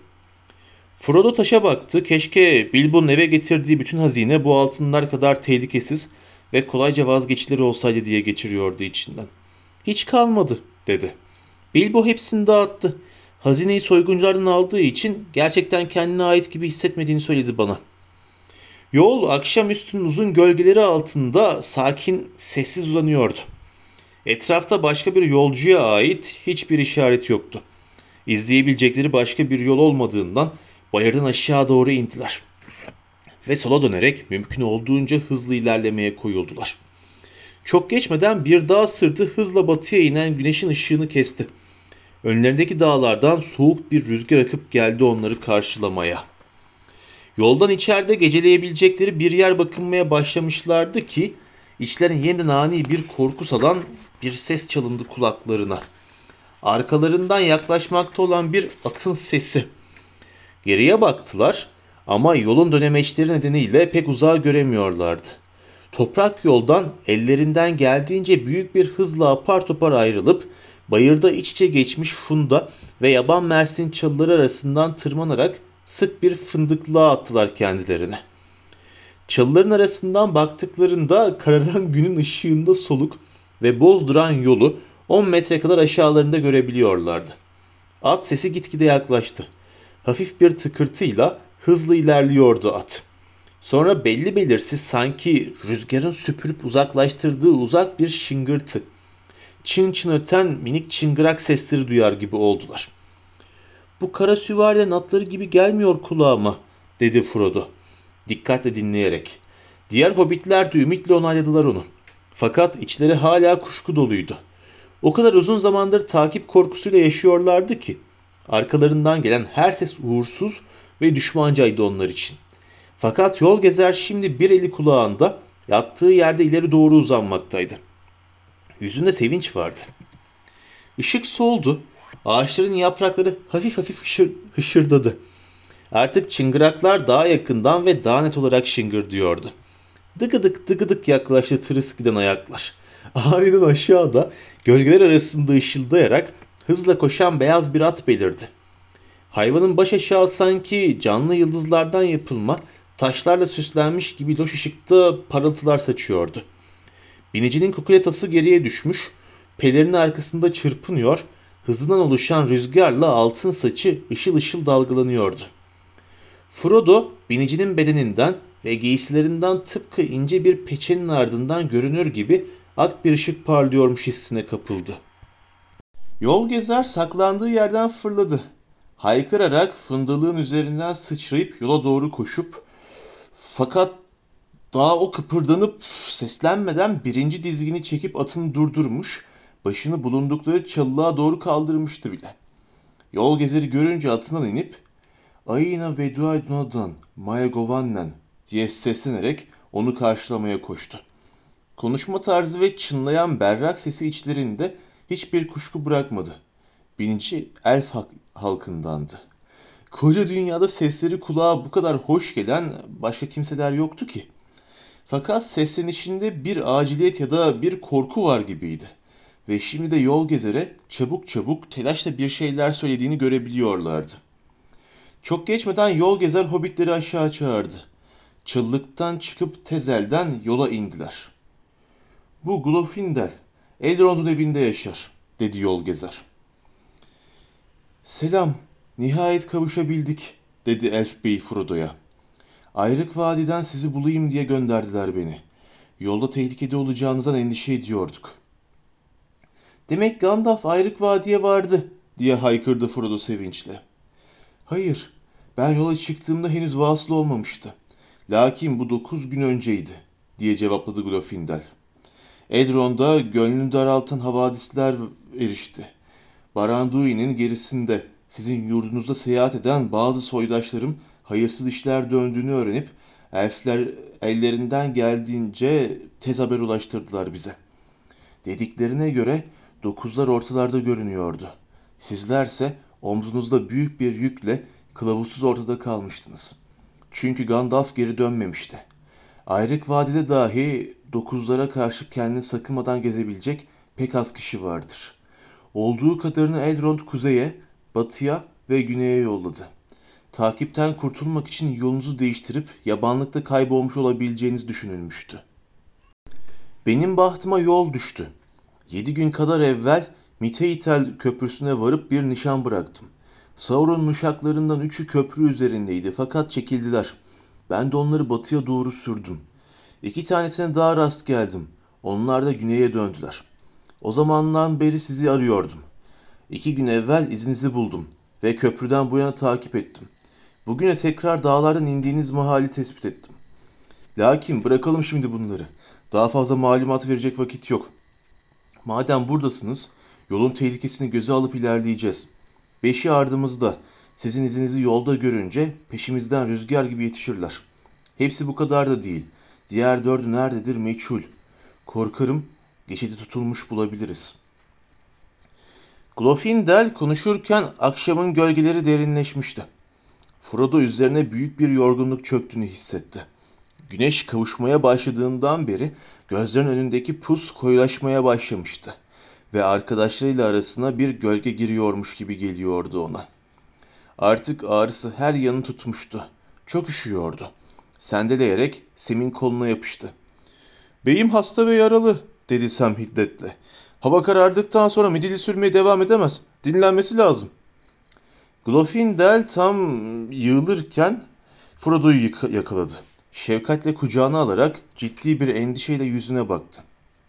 Frodo taşa baktı. Keşke Bilbo'nun eve getirdiği bütün hazine bu altınlar kadar tehlikesiz ve kolayca vazgeçilir olsaydı diye geçiriyordu içinden. Hiç kalmadı dedi. Bilbo hepsini dağıttı. Hazineyi soygunculardan aldığı için gerçekten kendine ait gibi hissetmediğini söyledi bana. Yol akşamüstünün uzun gölgeleri altında sakin, sessiz uzanıyordu. Etrafta başka bir yolcuya ait hiçbir işaret yoktu. İzleyebilecekleri başka bir yol olmadığından bayırdan aşağı doğru indiler. Ve sola dönerek mümkün olduğunca hızlı ilerlemeye koyuldular. Çok geçmeden bir dağ sırtı hızla batıya inen güneşin ışığını kesti. Önlerindeki dağlardan soğuk bir rüzgar akıp geldi onları karşılamaya. Yoldan içeride geceleyebilecekleri bir yer bakınmaya başlamışlardı ki içlerine yeniden ani bir korku salan bir ses çalındı kulaklarına. Arkalarından yaklaşmakta olan bir atın sesi. Geriye baktılar ama yolun dönemeçleri nedeniyle pek uzağı göremiyorlardı. Toprak yoldan ellerinden geldiğince büyük bir hızla apar topar ayrılıp bayırda iç içe geçmiş funda ve yaban mersin çalıları arasından tırmanarak sık bir fındıklığa attılar kendilerine. Çalıların arasından baktıklarında kararan günün ışığında soluk ve boz duran yolu on metre kadar aşağılarında görebiliyorlardı. At sesi gitgide yaklaştı. Hafif bir tıkırtıyla hızlı ilerliyordu at. Sonra belli belirsiz sanki rüzgarın süpürüp uzaklaştırdığı uzak bir şıngırtı. Çın çın öten minik çıngırak sesleri duyar gibi oldular. "Bu kara süvarilerin atları gibi gelmiyor kulağıma," dedi Frodo, dikkatle dinleyerek. Diğer hobbitler de ümitle onayladılar onu. Fakat içleri hala kuşku doluydu. O kadar uzun zamandır takip korkusuyla yaşıyorlardı ki arkalarından gelen her ses uğursuz ve düşmancaydı onlar için. Fakat yol gezer şimdi bir eli kulağında, yattığı yerde ileri doğru uzanmaktaydı. Yüzünde sevinç vardı. Işık soldu. Ağaçların yaprakları hafif hafif hışır, hışırdadı. Artık çıngıraklar daha yakından ve daha net olarak şıngırdıyordu. Dıgıdık dıgıdık yaklaştı tırıs giden ayaklar. Aniden aşağıda gölgeler arasında ışıldayarak hızla koşan beyaz bir at belirdi. Hayvanın baş aşağı sanki canlı yıldızlardan yapılma, taşlarla süslenmiş gibi loş ışıkta parıltılar saçıyordu. Binicinin kukuletası geriye düşmüş, pelerin arkasında çırpınıyor, hızından oluşan rüzgarla altın saçı ışıl ışıl dalgalanıyordu. Frodo, binicinin bedeninden ve giysilerinden tıpkı ince bir peçenin ardından görünür gibi ak bir ışık parlıyormuş hissine kapıldı. Yol gezer saklandığı yerden fırladı. Haykırarak fındalığın üzerinden sıçrayıp yola doğru koşup fakat daha o kıpırdanıp seslenmeden birinci dizgini çekip atını durdurmuş, başını bulundukları çalılığa doğru kaldırmıştı bile. Yol gezeri görünce atından inip "Ayina veduaydunadan maya govannen" diye seslenerek onu karşılamaya koştu. Konuşma tarzı ve çınlayan berrak sesi içlerinde hiçbir kuşku bırakmadı. Binici elf halkındandı. Koca dünyada sesleri kulağa bu kadar hoş gelen başka kimseler yoktu ki. Fakat seslenişinde bir aciliyet ya da bir korku var gibiydi. Ve şimdi de yol gezere çabuk çabuk telaşla bir şeyler söylediğini görebiliyorlardı. Çok geçmeden yol gezer hobbitleri aşağı çağırdı. Çıllıktan çıkıp tezelden yola indiler. "Bu Glorfindel, Elrond'un evinde yaşar," dedi yol gezer. "Selam, nihayet kavuşabildik," dedi Elf Bey Frodo'ya. "Ayrık Vadi'den sizi bulayım diye gönderdiler beni. Yolda tehlikede olacağınızdan endişe ediyorduk." "Demek Gandalf Ayrık Vadi'ye vardı," diye haykırdı Frodo sevinçle. "Hayır, ben yola çıktığımda henüz vasıl olmamıştı. Lakin bu dokuz gün önceydi," diye cevapladı Glorfindel. "Elrond'a gönlünü daraltan havadisler erişti. Baranduin'in gerisinde sizin yurdunuzda seyahat eden bazı soydaşlarım hayırsız işler döndüğünü öğrenip Elfler ellerinden geldiğince tez haber ulaştırdılar bize. Dediklerine göre dokuzlar ortalarda görünüyordu. Sizlerse omzunuzda büyük bir yükle kılavuzsuz ortada kalmıştınız. Çünkü Gandalf geri dönmemişti. Ayrık Vadide dahi dokuzlara karşı kendini sakınmadan gezebilecek pek az kişi vardır. Olduğu kadarını Elrond kuzeye, batıya ve güneye yolladı. Takipten kurtulmak için yolunuzu değiştirip yabanlıkta kaybolmuş olabileceğiniz düşünülmüştü. Benim bahtıma yol düştü. Yedi gün kadar evvel Miteitel köprüsüne varıp bir nişan bıraktım. Sauron'un uşaklarından üçü köprü üzerindeydi fakat çekildiler. Ben de onları batıya doğru sürdüm. İki tanesine daha rast geldim. Onlar da güneye döndüler. O zamandan beri sizi arıyordum. İki gün evvel izinizi buldum ve köprüden bu yana takip ettim. Bugüne tekrar dağlardan indiğiniz mahalli tespit ettim. Lakin bırakalım şimdi bunları. Daha fazla malumat verecek vakit yok. Madem buradasınız, yolun tehlikesini göze alıp ilerleyeceğiz. Beşi ardımızda. Sizin izinizi yolda görünce peşimizden rüzgar gibi yetişirler. Hepsi bu kadar da değil. Diğer dördü nerededir meçhul. Korkarım geçidi tutulmuş bulabiliriz. Glorfindel konuşurken akşamın gölgeleri derinleşmişti. Frodo üzerine büyük bir yorgunluk çöktüğünü hissetti. Güneş kavuşmaya başladığından beri gözlerinin önündeki pus koyulaşmaya başlamıştı ve arkadaşlarıyla arasına bir gölge giriyormuş gibi geliyordu ona. Artık ağrısı her yanı tutmuştu. Çok üşüyordu. Sendeleyerek Sam'in koluna yapıştı. "Beyim hasta ve yaralı," dedi Sam hiddetle. "Hava karardıktan sonra midilli sürmeye devam edemez. Dinlenmesi lazım." Glorfindel tam yığılırken Frodo'yu yakaladı. Şefkatle kucağına alarak ciddi bir endişeyle yüzüne baktı.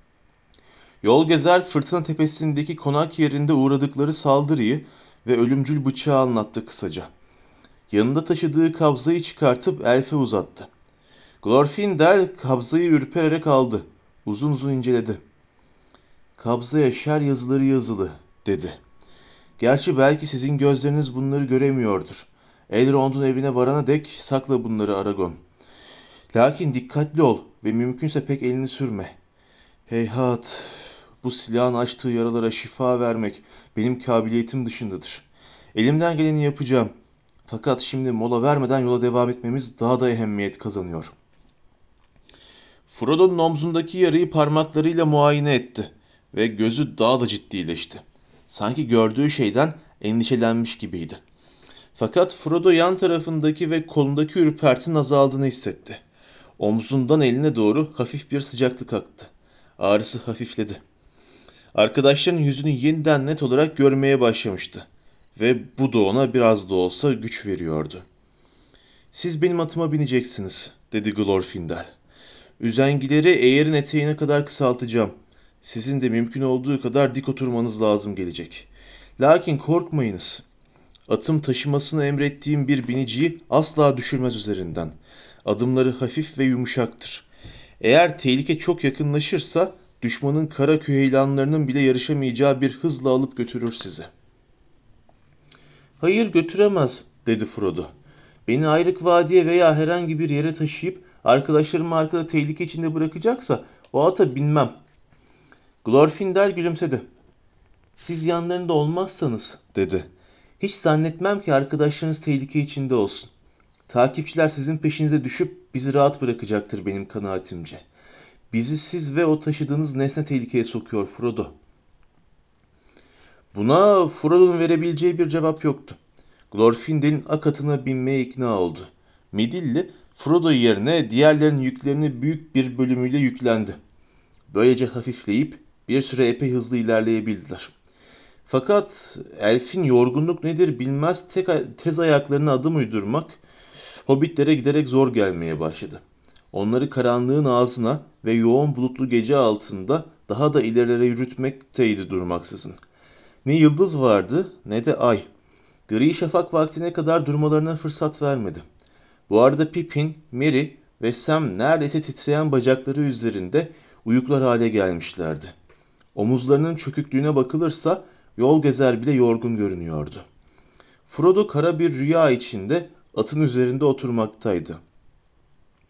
Yol gezer fırtına tepesindeki konak yerinde uğradıkları saldırıyı ve ölümcül bıçağı anlattı kısaca. Yanında taşıdığı kabzayı çıkartıp elfe uzattı. Glorfindel kabzayı ürpererek aldı. Uzun uzun inceledi. "Kabzaya şer yazıları yazılı," dedi. "Gerçi belki sizin gözleriniz bunları göremiyordur. Elrond'un evine varana dek sakla bunları Aragon. Lakin dikkatli ol ve mümkünse pek elini sürme. Heyhat, bu silahın açtığı yaralara şifa vermek benim kabiliyetim dışındadır. Elimden geleni yapacağım. Fakat şimdi mola vermeden yola devam etmemiz daha da ehemmiyet kazanıyor." Frodo'nun omzundaki yarayı parmaklarıyla muayene etti ve gözü daha da ciddileşti. Sanki gördüğü şeyden endişelenmiş gibiydi. Fakat Frodo yan tarafındaki ve kolundaki ürpertinin azaldığını hissetti. Omzundan eline doğru hafif bir sıcaklık aktı. Ağrısı hafifledi. Arkadaşlarının yüzünü yeniden net olarak görmeye başlamıştı. Ve bu da ona biraz da olsa güç veriyordu. "Siz benim atıma bineceksiniz," dedi Glorfindel. "Üzengileri eğerin eteğine kadar kısaltacağım. Sizin de mümkün olduğu kadar dik oturmanız lazım gelecek. Lakin korkmayınız. Atım taşımasını emrettiğim bir biniciyi asla düşürmez üzerinden. Adımları hafif ve yumuşaktır. Eğer tehlike çok yakınlaşırsa düşmanın kara küheylanlarının bile yarışamayacağı bir hızla alıp götürür sizi." "Hayır, götüremez," dedi Frodo. "Beni Ayrık Vadiye veya herhangi bir yere taşıyıp arkadaşlarımı arkada tehlike içinde bırakacaksa o ata binmem." Glorfindel gülümsedi. "Siz yanlarında olmazsanız," dedi, "hiç zannetmem ki arkadaşlarınız tehlike içinde olsun. Takipçiler sizin peşinize düşüp bizi rahat bırakacaktır benim kanaatimce. Bizi siz ve o taşıdığınız nesne tehlikeye sokuyor Frodo." Buna Frodo'nun verebileceği bir cevap yoktu. Glorfindel'in ak atına binmeye ikna oldu. Midilli, Frodo yerine diğerlerinin yüklerini büyük bir bölümüyle yüklendi. Böylece hafifleyip bir süre epey hızlı ilerleyebildiler. Fakat elfin yorgunluk nedir bilmez tek, tez ayaklarına adım uydurmak hobbitlere giderek zor gelmeye başladı. Onları karanlığın ağzına ve yoğun bulutlu gece altında daha da ilerilere yürütmekteydi durmaksızın. Ne yıldız vardı ne de ay. Gri şafak vaktine kadar durmalarına fırsat vermedi. Bu arada Pippin, Merry ve Sam neredeyse titreyen bacakları üzerinde uyuklar hale gelmişlerdi. Omuzlarının çöküklüğüne bakılırsa yol gezer bile yorgun görünüyordu. Frodo kara bir rüya içinde atın üzerinde oturmaktaydı.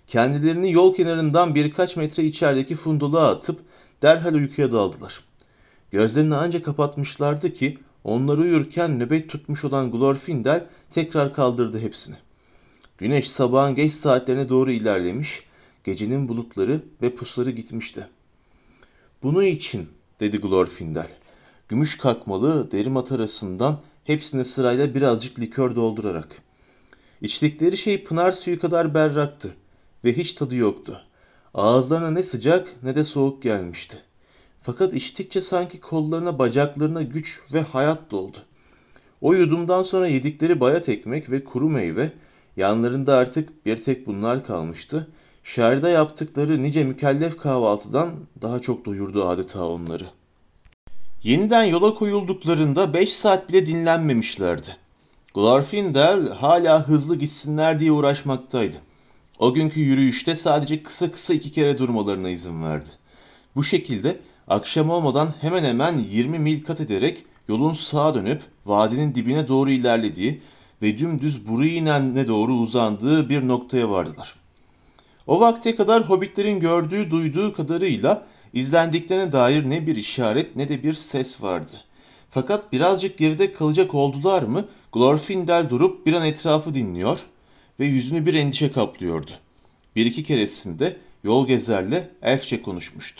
Kendilerini yol kenarından birkaç metre içerideki fundalığa atıp derhal uykuya daldılar. Gözlerini ancak kapatmışlardı ki onları uyurken nöbet tutmuş olan Glorfindel tekrar kaldırdı hepsini. Güneş sabahın geç saatlerine doğru ilerlemiş, gecenin bulutları ve pusları gitmişti. "Bunu için," dedi Glorfindel. Gümüş kakmalı deri mat arasından hepsine sırayla birazcık likör doldurarak. İçtikleri şey pınar suyu kadar berraktı ve hiç tadı yoktu. Ağızlarına ne sıcak ne de soğuk gelmişti. Fakat içtikçe sanki kollarına, bacaklarına güç ve hayat doldu. O yudumdan sonra yedikleri bayat ekmek ve kuru meyve, yanlarında artık bir tek bunlar kalmıştı. Şehirde yaptıkları nice mükellef kahvaltıdan daha çok doyurdu adeta onları. Yeniden yola koyulduklarında beş saat bile dinlenmemişlerdi. Glorfindel hala hızlı gitsinler diye uğraşmaktaydı. O günkü yürüyüşte sadece kısa kısa iki kere durmalarına izin verdi. Bu şekilde akşam olmadan hemen hemen yirmi mil kat ederek yolun sağa dönüp vadinin dibine doğru ilerlediği ve dümdüz Bruinen'e doğru uzandığı bir noktaya vardılar. O vakte kadar hobbitlerin gördüğü, duyduğu kadarıyla izlendiklerine dair ne bir işaret ne de bir ses vardı. Fakat birazcık geride kalacak oldular mı Glorfindel durup bir an etrafı dinliyor ve yüzünü bir endişe kaplıyordu. Bir iki keresinde yol gezerle elfçe konuşmuştu.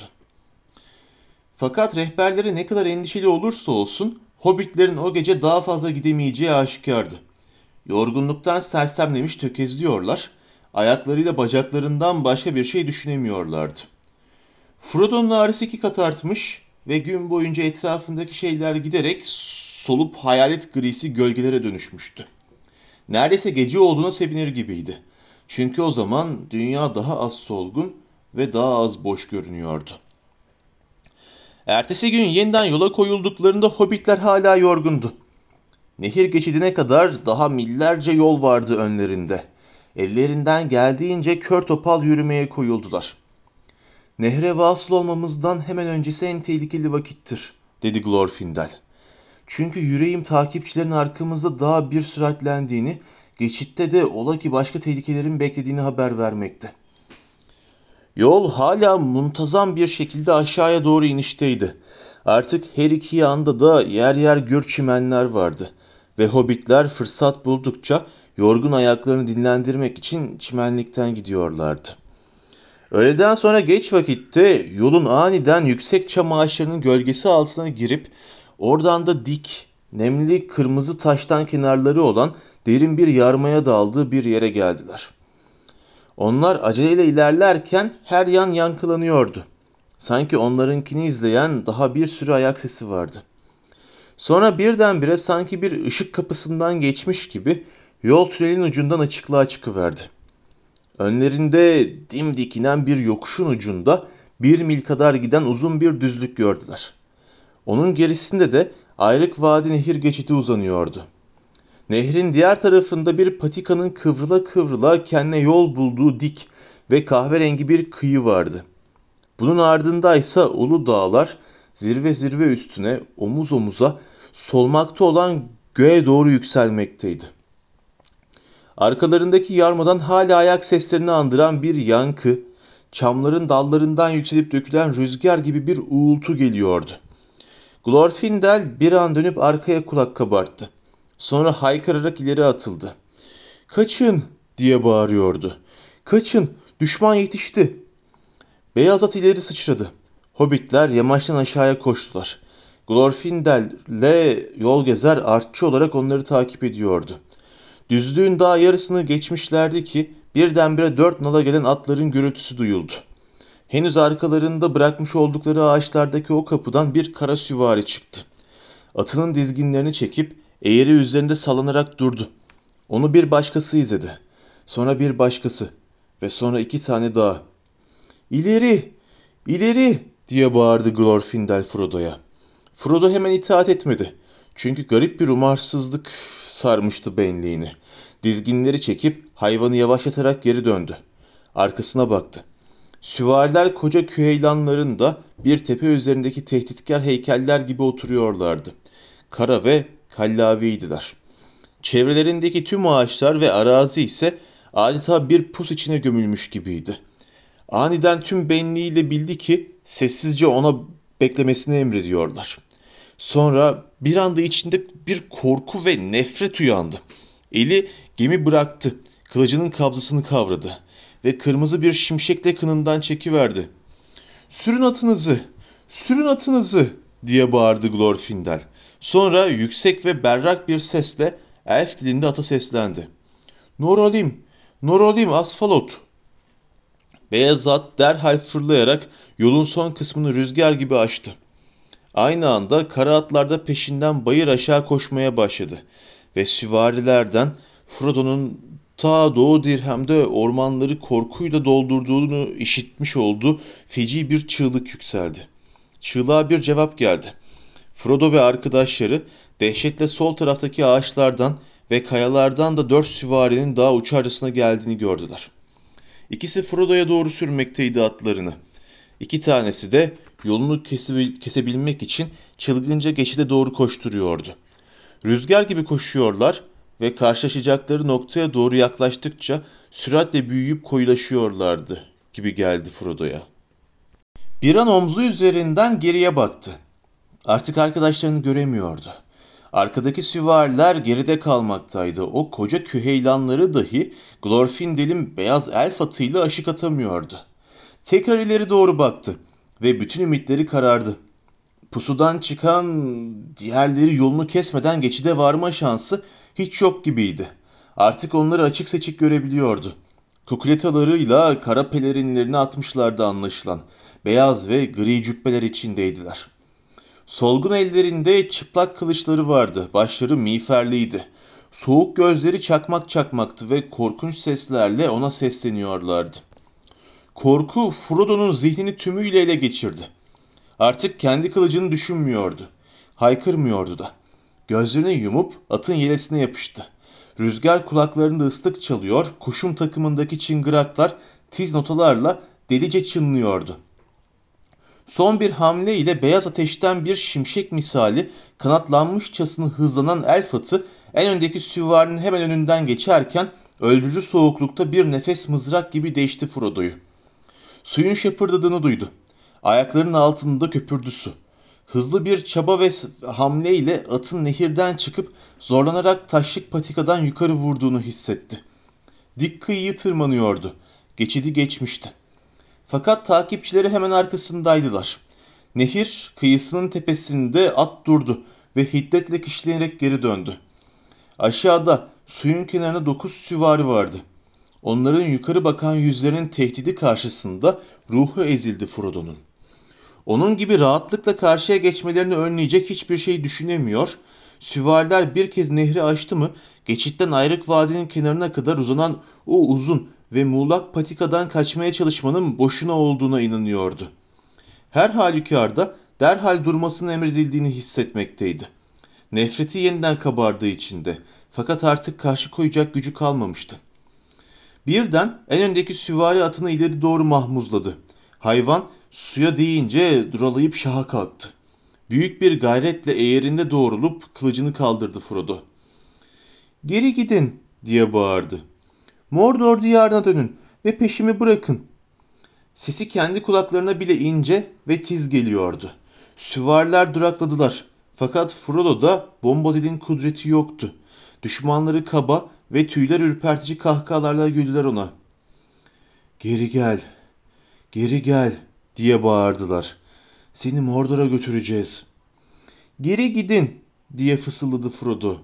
Fakat rehberleri ne kadar endişeli olursa olsun hobbitlerin o gece daha fazla gidemeyeceği aşikardı. Yorgunluktan sersemlemiş tökezliyorlar, ayaklarıyla bacaklarından başka bir şey düşünemiyorlardı. Frodo'nun ağrısı iki kat artmış ve gün boyunca etrafındaki şeyler giderek solup hayalet grisi gölgelere dönüşmüştü. Neredeyse gece olduğuna sevinir gibiydi. Çünkü o zaman dünya daha az solgun ve daha az boş görünüyordu. Ertesi gün yeniden yola koyulduklarında hobbitler hala yorgundu. Nehir geçidine kadar daha millerce yol vardı önlerinde. Ellerinden geldiğince kör topal yürümeye koyuldular. "Nehre vasıl olmamızdan hemen öncesi en tehlikeli vakittir," dedi Glorfindel. "Çünkü yüreğim takipçilerin arkamızda daha bir süratlendiğini, geçitte de ola ki başka tehlikelerin beklediğini haber vermekte." Yol hala muntazam bir şekilde aşağıya doğru inişteydi. Artık her iki yanda da yer yer gür çimenler vardı ve hobbitler fırsat buldukça yorgun ayaklarını dinlendirmek için çimenlikten gidiyorlardı. Öğleden sonra geç vakitte yolun aniden yüksek çam ağaçlarının gölgesi altına girip oradan da dik, nemli kırmızı taştan kenarları olan derin bir yarmaya daldığı bir yere geldiler. Onlar aceleyle ilerlerken her yan yankılanıyordu. Sanki onlarınkini izleyen daha bir sürü ayak sesi vardı. Sonra birdenbire sanki bir ışık kapısından geçmiş gibi yol tünelin ucundan açıklığa çıkıverdi. Önlerinde dimdik inen bir yokuşun ucunda bir mil kadar giden uzun bir düzlük gördüler. Onun gerisinde de ayrık vadi nehir geçidi uzanıyordu. Nehrin diğer tarafında bir patikanın kıvrıla kıvrıla kendine yol bulduğu dik ve kahverengi bir kıyı vardı. Bunun ardındaysa ulu dağlar zirve zirve üstüne omuz omuza solmakta olan göğe doğru yükselmekteydi. Arkalarındaki yarmadan hala ayak seslerini andıran bir yankı, çamların dallarından yükselip dökülen rüzgar gibi bir uğultu geliyordu. Glorfindel bir an dönüp arkaya kulak kabarttı. Sonra haykırarak ileri atıldı. "Kaçın!" diye bağırıyordu. "Kaçın! Düşman yetişti!" Beyaz at ileri sıçradı. Hobbitler yamaçtan aşağıya koştular. Glorfindel'le yol gezer artçı olarak onları takip ediyordu. Düzlüğün daha yarısını geçmişlerdi ki birdenbire dört nala gelen atların gürültüsü duyuldu. Henüz arkalarında bırakmış oldukları ağaçlardaki o kapıdan bir kara süvari çıktı. Atının dizginlerini çekip eğri üzerinde sallanarak durdu. Onu bir başkası izledi. Sonra bir başkası ve sonra iki tane daha. "İleri! İleri!" diye bağırdı Glorfindel Frodo'ya. Frodo hemen itaat etmedi. Çünkü garip bir umarsızlık sarmıştı benliğini. Dizginleri çekip hayvanı yavaşlatarak geri döndü. Arkasına baktı. Süvariler koca küheylanlarında bir tepe üzerindeki tehditkar heykeller gibi oturuyorlardı. Kara ve kallaviydiler. Çevrelerindeki tüm ağaçlar ve arazi ise Adeta bir pus içine gömülmüş gibiydi. Aniden tüm benliğiyle bildi ki sessizce ona beklemesini emrediyorlar. Sonra bir anda içinde bir korku ve nefret uyandı. Eli gemi bıraktı. Kılıcının kabzasını kavradı ve kırmızı bir şimşekle kınından çekiverdi. "Sürün atınızı, sürün atınızı!" diye bağırdı Glorfindel. Sonra yüksek ve berrak bir sesle elf dilinde ata seslendi. "Norolim, Norolim Asfalot!" Beyaz at derhal fırlayarak yolun son kısmını rüzgar gibi açtı. Aynı anda kara atlar da peşinden bayır aşağı koşmaya başladı ve süvarilerden Frodo'nun ta Doğu Dirhem'de ormanları korkuyla doldurduğunu işitmiş olduğu feci bir çığlık yükseldi. Çığlığa bir cevap geldi. Frodo ve arkadaşları dehşetle sol taraftaki ağaçlardan ve kayalardan da dört süvarinin daha uçarcasına geldiğini gördüler. İkisi Frodo'ya doğru sürmekteydi atlarını. İki tanesi de yolunu kesebilmek için çılgınca geçide doğru koşturuyordu. Rüzgar gibi koşuyorlar ve karşılaşacakları noktaya doğru yaklaştıkça süratle büyüyüp koyulaşıyorlardı gibi geldi Frodo'ya. Bir an omzu üzerinden geriye baktı. Artık arkadaşlarını göremiyordu. Arkadaki süvariler geride kalmaktaydı. O koca küheylanları dahi Glorfindel'in beyaz elf atıyla aşık atamıyordu. Tekrar ileri doğru baktı ve bütün ümitleri karardı. Pusudan çıkan diğerleri yolunu kesmeden geçide varma şansı hiç yok gibiydi. Artık onları açık seçik görebiliyordu. Kukuletalarıyla kara pelerinlerini atmışlardı anlaşılan. Beyaz ve gri cübbeler içindeydiler. Solgun ellerinde çıplak kılıçları vardı. Başları miğferliydi. Soğuk gözleri çakmak çakmaktı ve korkunç seslerle ona sesleniyorlardı. Korku Frodo'nun zihnini tümüyle ele geçirdi. Artık kendi kılıcını düşünmüyordu. Haykırmıyordu da. Gözlerini yumup atın yelesine yapıştı. Rüzgar kulaklarında ıslık çalıyor, kuşun takımındaki çıngıraklar tiz notalarla delice çınlıyordu. Son bir hamle ile beyaz ateşten bir şimşek misali kanatlanmışçasına hızlanan elf atı en öndeki süvarinin hemen önünden geçerken öldürücü soğuklukta bir nefes mızrak gibi değişti Frodo'yu. Suyun şapırdadığını duydu. Ayaklarının altında köpürdü su. Hızlı bir çaba ve hamleyle atın nehirden çıkıp zorlanarak taşlık patikadan yukarı vurduğunu hissetti. Dik kıyıyı tırmanıyordu. Geçidi geçmişti. Fakat takipçileri hemen arkasındaydılar. Nehir kıyısının tepesinde at durdu ve hiddetle kişleyerek geri döndü. Aşağıda suyun kenarında dokuz süvari vardı. Onların yukarı bakan yüzlerinin tehdidi karşısında ruhu ezildi Frodo'nun. Onun gibi rahatlıkla karşıya geçmelerini önleyecek hiçbir şey düşünemiyor, süvariler bir kez nehri aştı mı geçitten ayrık vadinin kenarına kadar uzanan o uzun ve muğlak patikadan kaçmaya çalışmanın boşuna olduğuna inanıyordu. Her halükarda derhal durmasının emredildiğini hissetmekteydi. Nefreti yeniden kabardığı içinde, fakat artık karşı koyacak gücü kalmamıştı. Birden en öndeki süvari atını ileri doğru mahmuzladı. Hayvan suya değince duralayıp şaha kalktı. Büyük bir gayretle eğerinde doğrulup kılıcını kaldırdı Frodo. "Geri gidin!" diye bağırdı. "Mordor diyarına dönün ve peşimi bırakın." Sesi kendi kulaklarına bile ince ve tiz geliyordu. Süvariler durakladılar. Fakat Frodo'da Bombadil'in kudreti yoktu. Düşmanları kaba ve tüyler ürpertici kahkahalarla güldüler ona. "Geri gel, geri gel!" diye bağırdılar. "Seni Mordor'a götüreceğiz." "Geri gidin!" diye fısıldadı Frodo.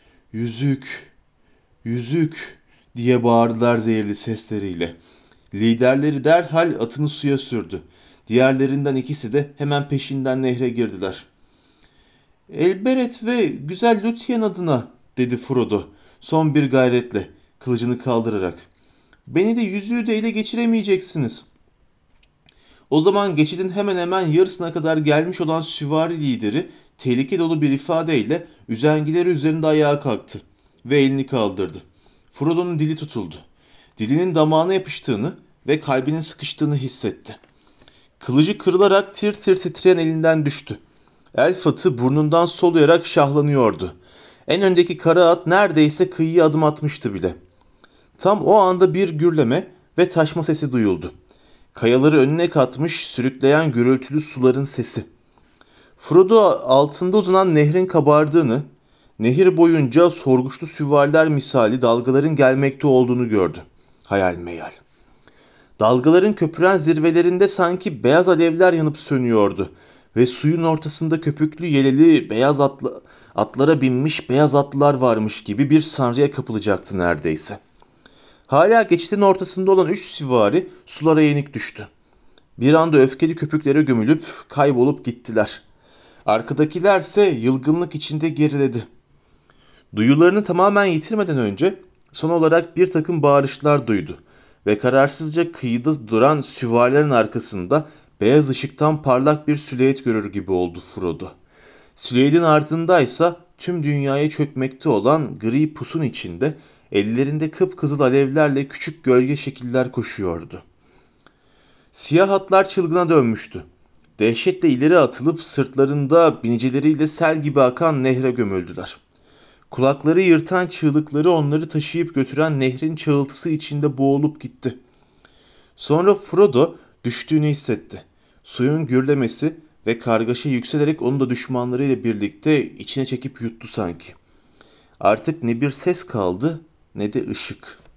"Yüzük, yüzük!" diye bağırdılar zehirli sesleriyle. Liderleri derhal atını suya sürdü. Diğerlerinden ikisi de hemen peşinden nehre girdiler. "Elberet ve güzel Lúthien adına," dedi Frodo son bir gayretle kılıcını kaldırarak. "Beni de yüzüğü de ele geçiremeyeceksiniz." O zaman geçidin hemen hemen yarısına kadar gelmiş olan süvari lideri tehlike dolu bir ifadeyle üzengileri üzerinde ayağa kalktı ve elini kaldırdı. Frodo'nun dili tutuldu. Dilinin damağına yapıştığını ve kalbinin sıkıştığını hissetti. Kılıcı kırılarak tir tir titreyen elinden düştü. Elf atı burnundan soluyarak şahlanıyordu. En öndeki kara at neredeyse kıyıya adım atmıştı bile. Tam o anda bir gürleme ve taşma sesi duyuldu. Kayaları önüne katmış sürükleyen gürültülü suların sesi. Frodo altında uzanan nehrin kabardığını, nehir boyunca sorguçlu süvariler misali dalgaların gelmekte olduğunu gördü. Hayal meyal. Dalgaların köpüren zirvelerinde sanki beyaz alevler yanıp sönüyordu ve suyun ortasında köpüklü yeleli beyaz atla, atlara binmiş beyaz atlılar varmış gibi bir sanrıya kapılacaktı neredeyse. Hala geçidin ortasında olan üç süvari sulara yenik düştü. Bir anda öfkeli köpüklere gömülüp kaybolup gittiler. Arkadakilerse yılgınlık içinde geriledi. Duyularını tamamen yitirmeden önce son olarak bir takım bağırışlar duydu ve kararsızca kıyıda duran süvarilerin arkasında beyaz ışıktan parlak bir silüet görür gibi oldu Frodo. Silüetin ardındaysa tüm dünyaya çökmekte olan gri pusun içinde ellerinde kıpkızıl alevlerle küçük gölge şekiller koşuyordu. Siyah atlar çılgına dönmüştü. Dehşetle ileri atılıp sırtlarında binicileriyle sel gibi akan nehre gömüldüler. Kulakları yırtan çığlıkları onları taşıyıp götüren nehrin çağıltısı içinde boğulup gitti. Sonra Frodo düştüğünü hissetti. Suyun gürlemesi ve kargaşa yükselerek onu da düşmanlarıyla birlikte içine çekip yuttu sanki. Artık ne bir ses kaldı ne de ışık.